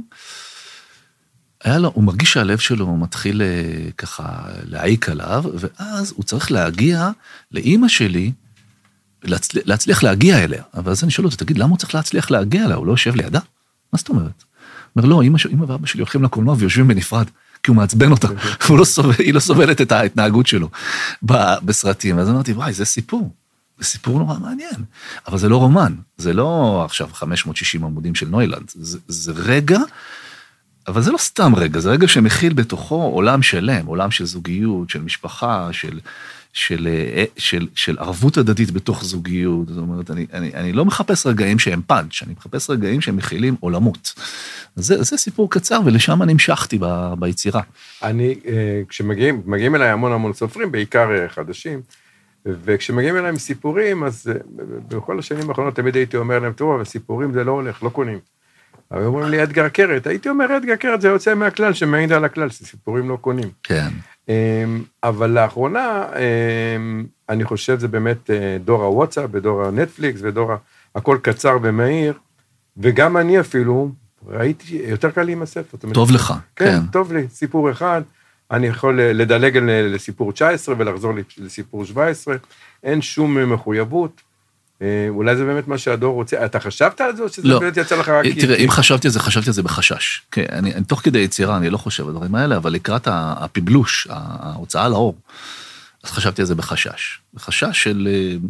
היה לו, הוא מרגיש שהלב שלו מתחיל ככה להעיק עליו, ואז הוא צריך להגיע לאמא שלי, להצליח, להצליח להגיע אליה. אבל אז אני שואל אותו, תגיד, למה הוא צריך להצליח להגיע אליה? הוא לא יושב לידה? מה זאת אומרת? הוא אומר, לא, אמא, אמא ואבא שלי הולכים לקולנוע ויושבים בנפרד, כי הוא מעצבן אותה, הוא לא סובל, היא לא סובלת את ההתנהגות שלו בסרטים. אז אמרתי, וואי, זה סיפור, זה סיפור נורא מעניין. אבל זה לא רומן, זה לא עכשיו חמש מאות ושישים עמודים של נוילנד, זה, זה רגע, אבל זה לא סתם רגע, זה רגע שמכיל בתוכו עולם שלם, עולם של זוגיות, של משפחה, של... של, של, של ערבות הדדית בתוך זוגיות. זאת אומרת, אני, אני, אני לא מחפש רגעים שהם פאנץ', אני מחפש רגעים שהם מכילים עולמות. זה, זה סיפור קצר, ולשם אני המשכתי ב, ביצירה. אני, כשמגיעים, מגיעים אליי המון המון סופרים, בעיקר חדשים, וכשמגיעים אליי עם סיפורים, אז בכל השנים האחרונות תמיד הייתי אומר להם, תראו, אבל סיפורים זה לא הולך, לא קונים. אבל אומרים לי, אדגר קרת, הייתי אומר, אדגר קרת זה יוצא מהכלל, שמעיד על הכלל, שסיפורים לא קונים. כן. אבל לאחרונה, אני חושב זה באמת דור הוואטסאפ, ודור הנטפליקס, ודור הכל קצר ומהיר, וגם אני אפילו, ראיתי, יותר קל לי עם הספר. טוב לך. כן, טוב לי, סיפור אחד, אני יכול לדלג לסיפור תשע עשרה, ולחזור לסיפור שבע עשרה, אין שום מחויבות, אולי זה באמת מה שהדור רוצה. אתה חשבת על זה, או שזה באמת יצא לך רק... תראה, אם חשבתי על זה, חשבתי על זה בחשש. אני, תוך כדי יצירה, אני לא חושב על הדברים האלה, אבל לקראת הפיבלוש, ההוצאה לאור, אז חשבתי על זה בחשש. בחשש של...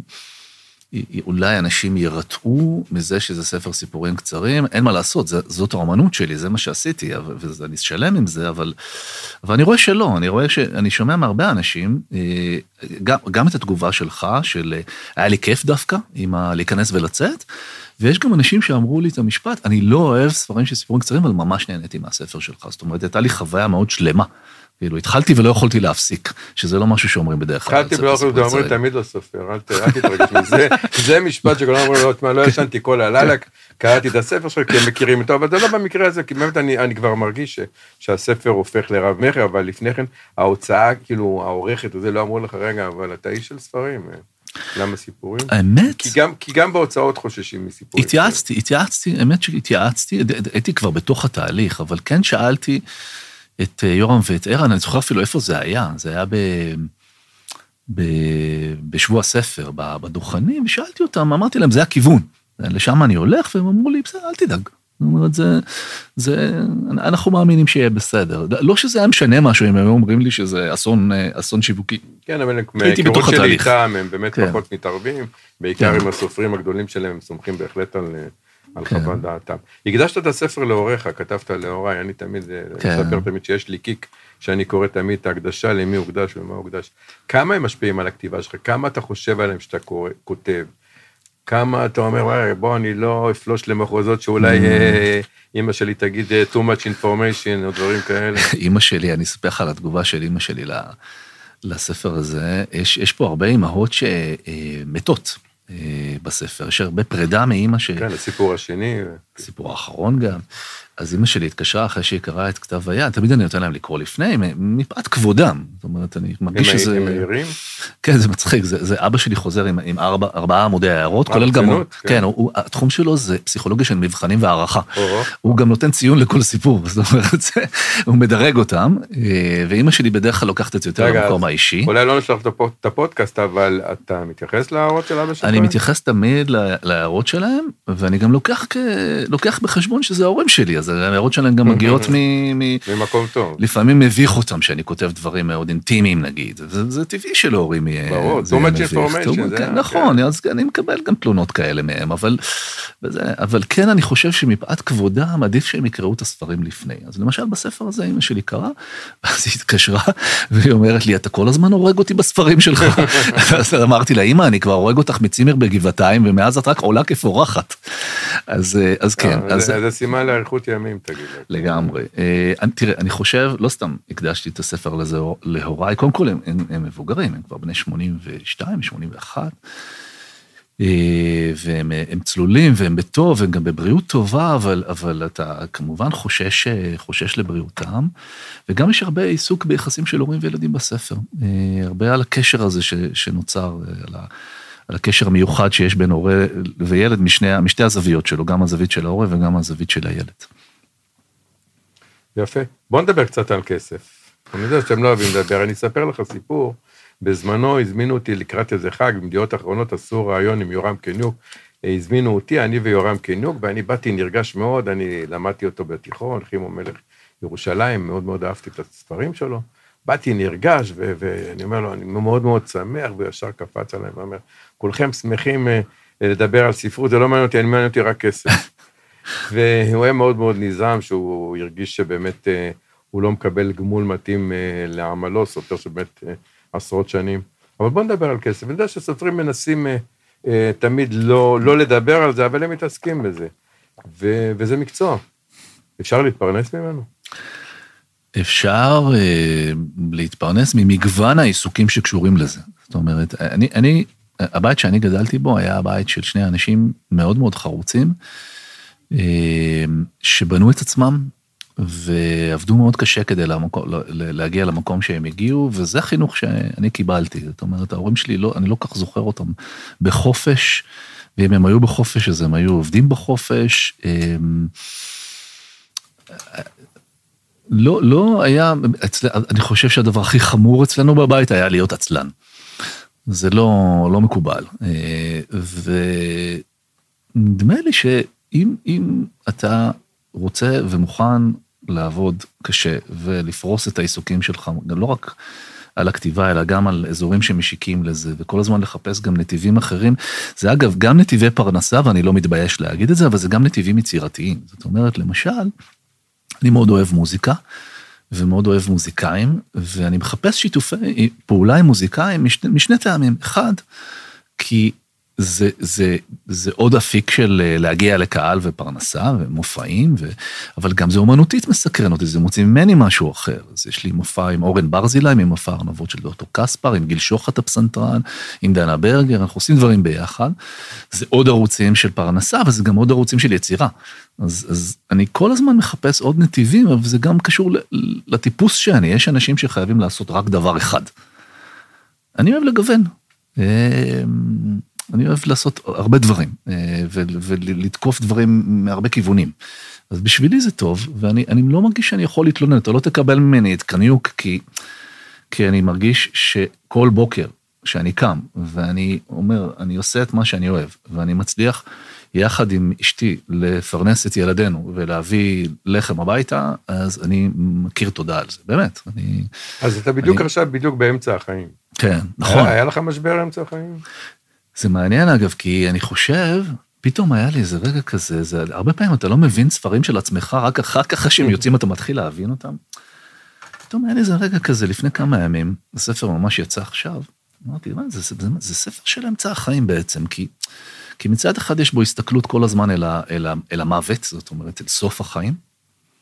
אולי אנשים ירתעו מזה שזה ספר סיפורים קצרים, אין מה לעשות, זאת האמנות שלי, זה מה שעשיתי, ואני שלם עם זה, אבל, אבל אני רואה שלא, אני רואה שאני שומע מהרבה אנשים, גם, גם את התגובה שלך, של היה לי כיף דווקא, עם ה, להיכנס ולצאת, ויש גם אנשים שאמרו לי את המשפט, אני לא אוהב ספרים של סיפורים קצרים, אבל ממש נהניתי מהספר שלך, זאת אומרת, הייתה לי חוויה מאוד שלמה, כאילו, התחלתי ולא יכולתי להפסיק, שזה לא משהו שאומרים בדרך כלל. התחלתי ולא יכולתי, אומרים תמיד לא סופר, אל תתרגש מזה, זה משפט שכולם אומרים, לא ישנתי כל הלילה, קראתי את הספר שלך, כי הם מכירים אותו, אבל זה לא במקרה הזה, כי באמת אני כבר מרגיש שהספר הופך לרב מחר, אבל לפני כן, ההוצאה, כאילו, העורכת, וזה לא אמרו לך רגע, אבל אתה איש של ספרים, למה סיפורים? האמת? כי גם בהוצאות חוששים מסיפורים. התייעצתי, התייעצתי, האמת שהתייעצתי, הייתי כבר בתוך התהליך, אבל כן שאלתי את יורם ואת ערן, אני זוכר אפילו איפה זה היה, זה היה ב, ב, בשבוע הספר, בדוכנים, ושאלתי אותם, אמרתי להם, זה הכיוון, לשם אני הולך, והם אמרו לי, בסדר, אל תדאג. זאת אומרת, זה, זה, אנחנו מאמינים שיהיה בסדר. לא שזה היה משנה משהו, אם הם אומרים לי שזה אסון, אסון שיווקי. כן, אבל מהיכרות שלי איתם, הם באמת כן. פחות מתערבים, בעיקר כן. עם הסופרים הגדולים שלהם, הם סומכים בהחלט על... על כן. חוות דעתם. הקדשת את הספר להוריך, כתבת להוריי, אני תמיד, כן. אני מספר תמיד שיש לי קיק, שאני קורא תמיד את ההקדשה, למי הוקדש ומה הוקדש. כמה הם משפיעים על הכתיבה שלך? כמה אתה חושב עליהם שאתה קורא, כותב? כמה אתה אומר, וואי, בוא, אני לא אפלוש למחוזות, שאולי אמא שלי תגיד too much information, או דברים כאלה. אמא שלי, אני אספר לך על התגובה של אמא שלי לספר הזה, יש, יש פה הרבה אמהות שמתות. בספר, יש הרבה פרידה מאמא ש... כן, הסיפור השני. הסיפור האחרון גם. אז אמא שלי התקשרה אחרי שהיא קראה את כתב היד, תמיד אני נותן להם לקרוא לפני, מפאת כבודם. זאת אומרת, אני מרגיש שזה... הם מהירים? כן, זה מצחיק, זה, זה אבא שלי חוזר עם, עם ארבע, ארבעה עמודי הערות, כולל גם... הוא, כן, כן הוא, הוא, התחום שלו זה פסיכולוגיה של מבחנים והערכה. הוא גם נותן ציון לכל סיפור, זאת אומרת, זה, הוא מדרג אותם, ואמא שלי בדרך כלל לוקחת את זה יותר למקום האישי. אולי לא נשלח את הפודקאסט, אבל אתה מתייחס להערות של אבא שלך? אני מתייחס תמיד להערות שלהם, ואני גם לוקח, לוקח בחשבון שזה ההורים שלי, אז ההערות שלהם גם מגיעות ממקום טוב. לפעמים מביך אותם שאני כותב דברים מאוד אינטימיים, נגיד. זה טבעי של ההורים יהיה. ברור, too much information. נכון, אז אני מקבל גם תלונות כאלה מהם, אבל כן אני חושב שמפאת כבודם עדיף שהם יקראו את הספרים לפני. אז למשל בספר הזה אמא שלי קראה, אז היא התקשרה, והיא אומרת לי, אתה כל הזמן הורג אותי בספרים שלך. אז אמרתי לה, אמא, אני כבר הורג אותך מצימר בגבעתיים, ומאז את רק עולה כפורחת. אז כן. זה סימן לאריכות ימים, תגיד. לגמרי. תראה, אני חושב, לא סתם הקדשתי את הספר לזה להוריי, קודם כל הם מבוגרים, הם כבר בני שמונים ושתיים, שמונים ואחת, והם צלולים, והם בטוב, והם גם בבריאות טובה, אבל, אבל אתה כמובן חושש, חושש לבריאותם, וגם יש הרבה עיסוק ביחסים של הורים וילדים בספר, הרבה על הקשר הזה ש, שנוצר, על ה... על הקשר המיוחד שיש בין הורה וילד משני, משתי הזוויות שלו, גם הזווית של ההורה וגם הזווית של הילד. יפה. בוא נדבר קצת על כסף. אני יודע שאתם לא אוהבים לדבר, אני אספר לך סיפור. בזמנו הזמינו אותי לקראת איזה חג, במדיעות האחרונות עשו רעיון עם יורם קניוק, הזמינו אותי, אני ויורם קניוק, ואני באתי נרגש מאוד, אני למדתי אותו בתיכון, חימו מלך ירושלים, מאוד מאוד אהבתי את הספרים שלו. באתי נרגש, ו- ואני אומר לו, אני מאוד מאוד שמח, וישר קפץ עליי, ואומר, כולכם שמחים לדבר על ספרות, זה לא מעניין אותי, אני מעניין אותי רק כסף. והוא היה מאוד מאוד נזעם, שהוא הרגיש שבאמת הוא לא מקבל גמול מתאים לעמלו, סופר שבאמת עשרות שנים. אבל בוא נדבר על כסף. אני יודע שסופרים מנסים תמיד לא, לא לדבר על זה, אבל הם מתעסקים בזה. ו- וזה מקצוע. אפשר להתפרנס ממנו? אפשר אה, להתפרנס ממגוון העיסוקים שקשורים לזה. זאת אומרת, אני, אני, הבית שאני גדלתי בו היה הבית של שני אנשים מאוד מאוד חרוצים, אה, שבנו את עצמם, ועבדו מאוד קשה כדי למקום, להגיע למקום שהם הגיעו, וזה חינוך שאני קיבלתי. זאת אומרת, ההורים שלי, לא, אני לא כך זוכר אותם בחופש, ואם הם היו בחופש, אז הם היו עובדים בחופש, אה, לא, לא היה, אצל, אני חושב שהדבר הכי חמור אצלנו בבית היה להיות עצלן. זה לא, לא מקובל. ונדמה לי שאם, אם אתה רוצה ומוכן לעבוד קשה ולפרוס את העיסוקים שלך, גם לא רק על הכתיבה, אלא גם על אזורים שמשיקים לזה, וכל הזמן לחפש גם נתיבים אחרים. זה אגב, גם נתיבי פרנסה, ואני לא מתבייש להגיד את זה, אבל זה גם נתיבים יצירתיים. זאת אומרת, למשל, אני מאוד אוהב מוזיקה, ומאוד אוהב מוזיקאים, ואני מחפש שיתופי פעולה עם מוזיקאים משני, משני טעמים. אחד, כי זה, זה, זה עוד אפיק של להגיע לקהל ופרנסה ומופעים, ו... אבל גם זה אומנותית מסקרן אותי, זה מוציא ממני משהו אחר. אז יש לי מופע עם אורן ברזילי, עם מופע ארנבות של דוקטור קספר, עם גיל שוחט הפסנתרן, עם דנה ברגר, אנחנו עושים דברים ביחד. זה עוד ערוצים של פרנסה, אבל זה גם עוד ערוצים של יצירה. אז, אז אני כל הזמן מחפש עוד נתיבים, אבל זה גם קשור לטיפוס שאני. יש אנשים שחייבים לעשות רק דבר אחד. אני אוהב לגוון. אני אוהב לעשות הרבה דברים, ולתקוף דברים מהרבה כיוונים. אז בשבילי זה טוב, ואני אני לא מרגיש שאני יכול להתלונן, אתה לא תקבל ממני את קניוק, כי, כי אני מרגיש שכל בוקר שאני קם, ואני אומר, אני עושה את מה שאני אוהב, ואני מצליח יחד עם אשתי לפרנס את ילדינו, ולהביא לחם הביתה, אז אני מכיר תודה על זה, באמת. אני, אז אתה בדיוק אני... עכשיו, בדיוק באמצע החיים. כן, נכון. היה, היה לך משבר באמצע החיים? זה מעניין אגב, כי אני חושב, פתאום היה לי איזה רגע כזה, זה, הרבה פעמים אתה לא מבין ספרים של עצמך, רק אחר כך שהם יוצאים אתה מתחיל להבין אותם. פתאום היה לי איזה רגע כזה, לפני כמה ימים, הספר ממש יצא עכשיו, אמרתי, מה, זה, זה, זה, זה ספר של אמצע החיים בעצם, כי, כי מצד אחד יש בו הסתכלות כל הזמן אל, ה, אל, ה, אל המוות, זאת אומרת, אל סוף החיים,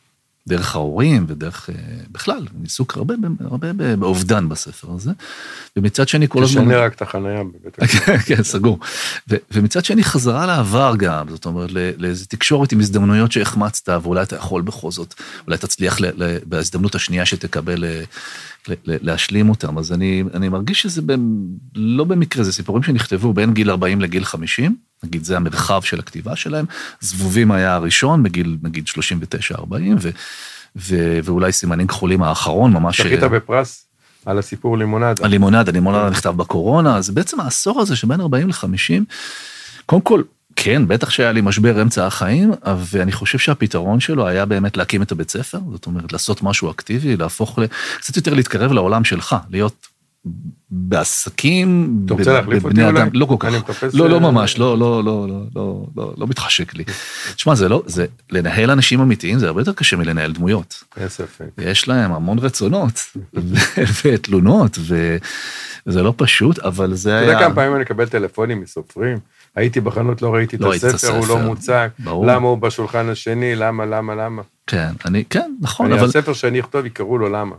דרך ההורים ודרך, בכלל, ניסוק הרבה, הרבה באובדן בספר הזה. ומצד שני כל הזמן... תשנה רק את החניה בבית הכנסת. כן, סגור. ומצד שני חזרה לעבר גם, זאת אומרת, לאיזו תקשורת עם הזדמנויות שהחמצת, ואולי אתה יכול בכל זאת, אולי תצליח בהזדמנות השנייה שתקבל להשלים אותם. אז אני, אני מרגיש שזה לא במקרה, זה סיפורים שנכתבו בין גיל ארבעים לגיל חמישים, נגיד זה המרחב של הכתיבה שלהם, זבובים היה הראשון בגיל, נגיד שלושים ותשע ארבעים, ו, ו, ואולי סימנים כחולים האחרון, ממש... זכית בפרס על הסיפור לימונדה. הלימונדה, הלימונדה נכתב בקורונה, אז בעצם העשור הזה שבין ארבעים לחמישים, קודם כל, כן, בטח שהיה לי משבר אמצע החיים, ואני חושב שהפתרון שלו היה באמת להקים את הבית ספר, זאת אומרת, לעשות משהו אקטיבי, להפוך קצת יותר להתקרב לעולם שלך, להיות בעסקים, אתה רוצה להחליף אותי אולי? לא כל כך, לא, לא ממש, לא, לא, לא, לא, לא, לא מתחשק לי. תשמע, זה לא, זה, לנהל אנשים אמיתיים, זה הרבה יותר קשה מלנהל דמויות. אין ספק. יש להם המון רצונות, ותלונות, וזה לא פשוט, אבל זה היה... אתה יודע כמה פעמים אני אקבל טלפונים מסופרים? הייתי בחנות, לא ראיתי את הספר, הוא לא מוצג, למה הוא בשולחן השני, למה, למה, למה? כן, אני, כן, נכון, אבל... הספר שאני אכתוב יקראו לו למה.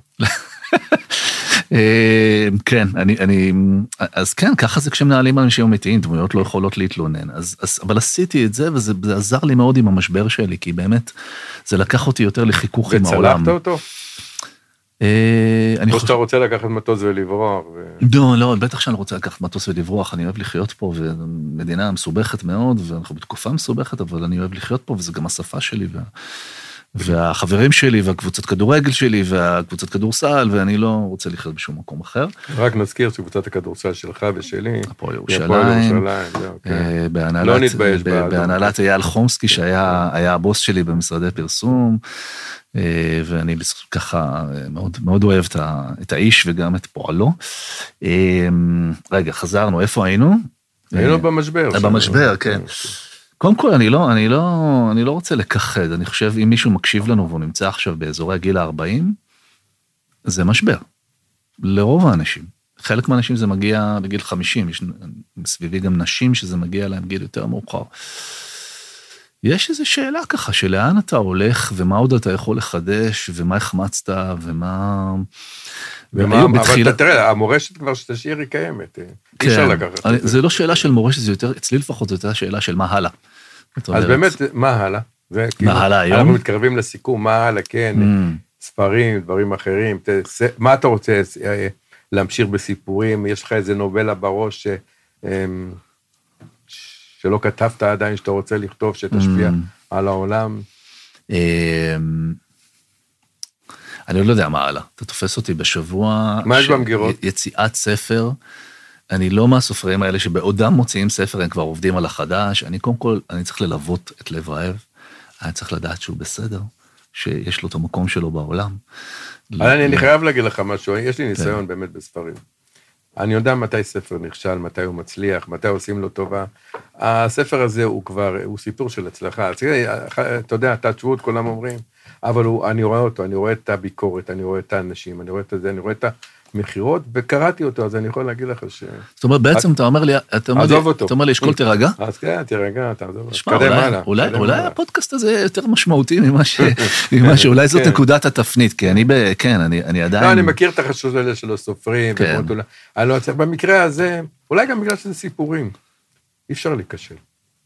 כן, אני, אני, אז כן, ככה זה כשמנהלים אנשים אמיתיים, דמויות לא יכולות להתלונן, אז, אז, אבל עשיתי את זה, וזה זה עזר לי מאוד עם המשבר שלי, כי באמת, זה לקח אותי יותר לחיכוך עם העולם. וצלחת אותו? או שאתה רוצה לקחת מטוס ולברוח? לא, לא, בטח שאני רוצה לקחת מטוס ולברוח, אני אוהב לחיות פה, ומדינה מסובכת מאוד, ואנחנו בתקופה מסובכת, אבל אני אוהב לחיות פה, וזה גם השפה שלי, וה... והחברים שלי, והקבוצת כדורגל שלי, והקבוצת כדורסל, ואני לא רוצה לחיות בשום מקום אחר. רק נזכיר שקבוצת הכדורסל שלך ושלי, הפועל ירושלים, לא נתבייש בה. בהנהלת אייל חומסקי, שהיה הבוס שלי במשרדי פרסום, ואני ככה מאוד, מאוד אוהב את האיש וגם את פועלו. רגע, חזרנו, איפה היינו? היינו במשבר. במשבר, כן. קודם כל, אני לא, אני לא, אני לא רוצה לקחד, אני חושב, אם מישהו מקשיב לנו והוא נמצא עכשיו באזורי הגיל ה-ארבעים, זה משבר. לרוב האנשים. חלק מהאנשים זה מגיע בגיל חמישים, יש סביבי גם נשים שזה מגיע להם גיל יותר מאוחר. יש איזו שאלה ככה, שלאן אתה הולך, ומה עוד אתה יכול לחדש, ומה החמצת, ומה... אבל תראה, המורשת כבר שתשאיר היא קיימת, אי אפשר לקחת. זה לא שאלה של מורשת, זה יותר, אצלי לפחות, זו יותר שאלה של מה הלאה. אז באמת, מה הלאה? מה הלאה היום? אנחנו מתקרבים לסיכום, מה הלאה, כן, ספרים, דברים אחרים, מה אתה רוצה להמשיך בסיפורים, יש לך איזה נובלה בראש שלא כתבת עדיין, שאתה רוצה לכתוב, שתשפיע על העולם? אני לא יודע מה הלאה. אתה תופס אותי בשבוע... מה יש במגירות? יציאת ספר. אני לא מהסופרים האלה שבעודם מוציאים ספר, הם כבר עובדים על החדש. אני קודם כל, אני צריך ללוות את לב רעב. אני צריך לדעת שהוא בסדר, שיש לו את המקום שלו בעולם. אני חייב להגיד לך משהו, יש לי ניסיון באמת בספרים. אני יודע מתי ספר נכשל, מתי הוא מצליח, מתי עושים לו טובה. הספר הזה הוא כבר, הוא סיפור של הצלחה. אתה יודע, תעצבות, כולם אומרים, אבל הוא, אני רואה אותו, אני רואה את הביקורת, אני רואה את האנשים, אני רואה את זה, אני רואה את המחירות, וקראתי אותו, אז אני יכול להגיד לך ש... זאת אומרת, בעצם אתה אומר לי, אתה אומר לי, אשכול תירגע? אז כן, תירגע, תעזוב. אולי הפודקאסט הזה יותר משמעותי ממה שאולי זאת נקודת התפנית, כי אני, כן, אני עדיין... לא, אני מכיר את החששות האלה של הסופרים, אני לא צריך, במקרה הזה, אולי גם בגלל שזה סיפורים, אי אפשר להיכשל.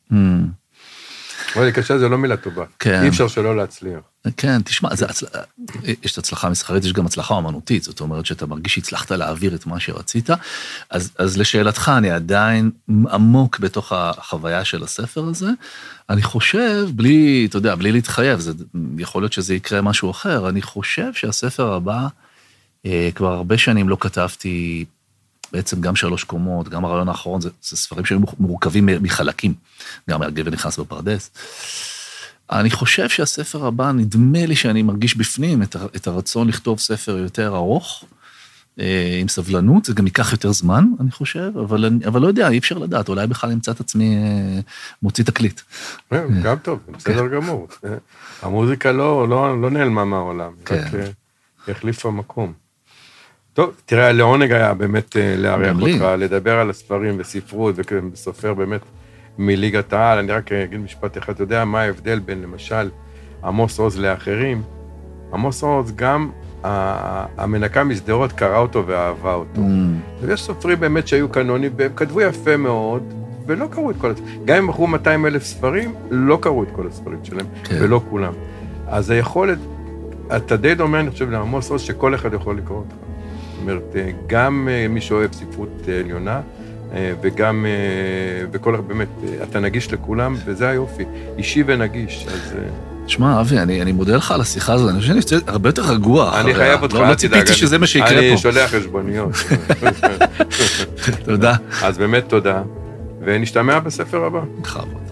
אבל להיכשל זה לא מילה טובה, אי אפשר שלא להצליח. כן, תשמע, יש הצלחה מסחרית, יש גם הצלחה אמנותית, זאת אומרת שאתה מרגיש שהצלחת להעביר את מה שרצית, אז לשאלתך, אני עדיין עמוק בתוך החוויה של הספר הזה, אני חושב, בלי, אתה יודע, בלי להתחייב, זה יכול להיות שזה יקרה משהו אחר, אני חושב שהספר הבא, כבר הרבה שנים לא כתבתי, בעצם גם שלוש קומות, גם הרעיון האחרון, זה, זה ספרים שהיו מורכבים מחלקים, גם הגבר נכנס בפרדס. אני חושב שהספר הבא, נדמה לי שאני מרגיש בפנים את, את הרצון לכתוב ספר יותר ארוך, עם סבלנות, זה גם ייקח יותר זמן, אני חושב, אבל, אבל לא יודע, אי אפשר לדעת, אולי בכלל נמצא את עצמי מוציא תקליט. גם טוב, בסדר גמור. המוזיקה לא, לא, לא נעלמה מהעולם, רק החליפה מקום. טוב, תראה, לעונג היה באמת לארח אותך, לדבר על הספרים וספרות, וסופר באמת מליגת העל. אני רק אגיד משפט אחד, אתה יודע מה ההבדל בין למשל עמוס עוז לאחרים? עמוס עוז, גם המנקה משדרות קרא אותו ואהבה אותו. Mm. ויש סופרים באמת שהיו קנונים, והם כתבו יפה מאוד, ולא קראו את כל הספרים. גם אם מכרו מאתיים אלף ספרים, לא קראו את כל הספרים שלהם, okay. ולא כולם. אז היכולת, אתה די דומה, אני חושב, לעמוס עוז, שכל אחד יכול לקרוא אותך. זאת אומרת, גם מי שאוהב ספרות עליונה, וגם, וכל, באמת, אתה נגיש לכולם, וזה היופי, אישי ונגיש, אז... תשמע, אבי, אני, אני מודה לך על השיחה הזאת, אני חושב שאני קצת הרבה יותר רגוע. אני חייב אותך, לא, לא ציפיתי שזה מה שיקרה פה. אני שולח חשבוניות. תודה. אז באמת תודה, ונשתמע בספר הבא. בכבוד.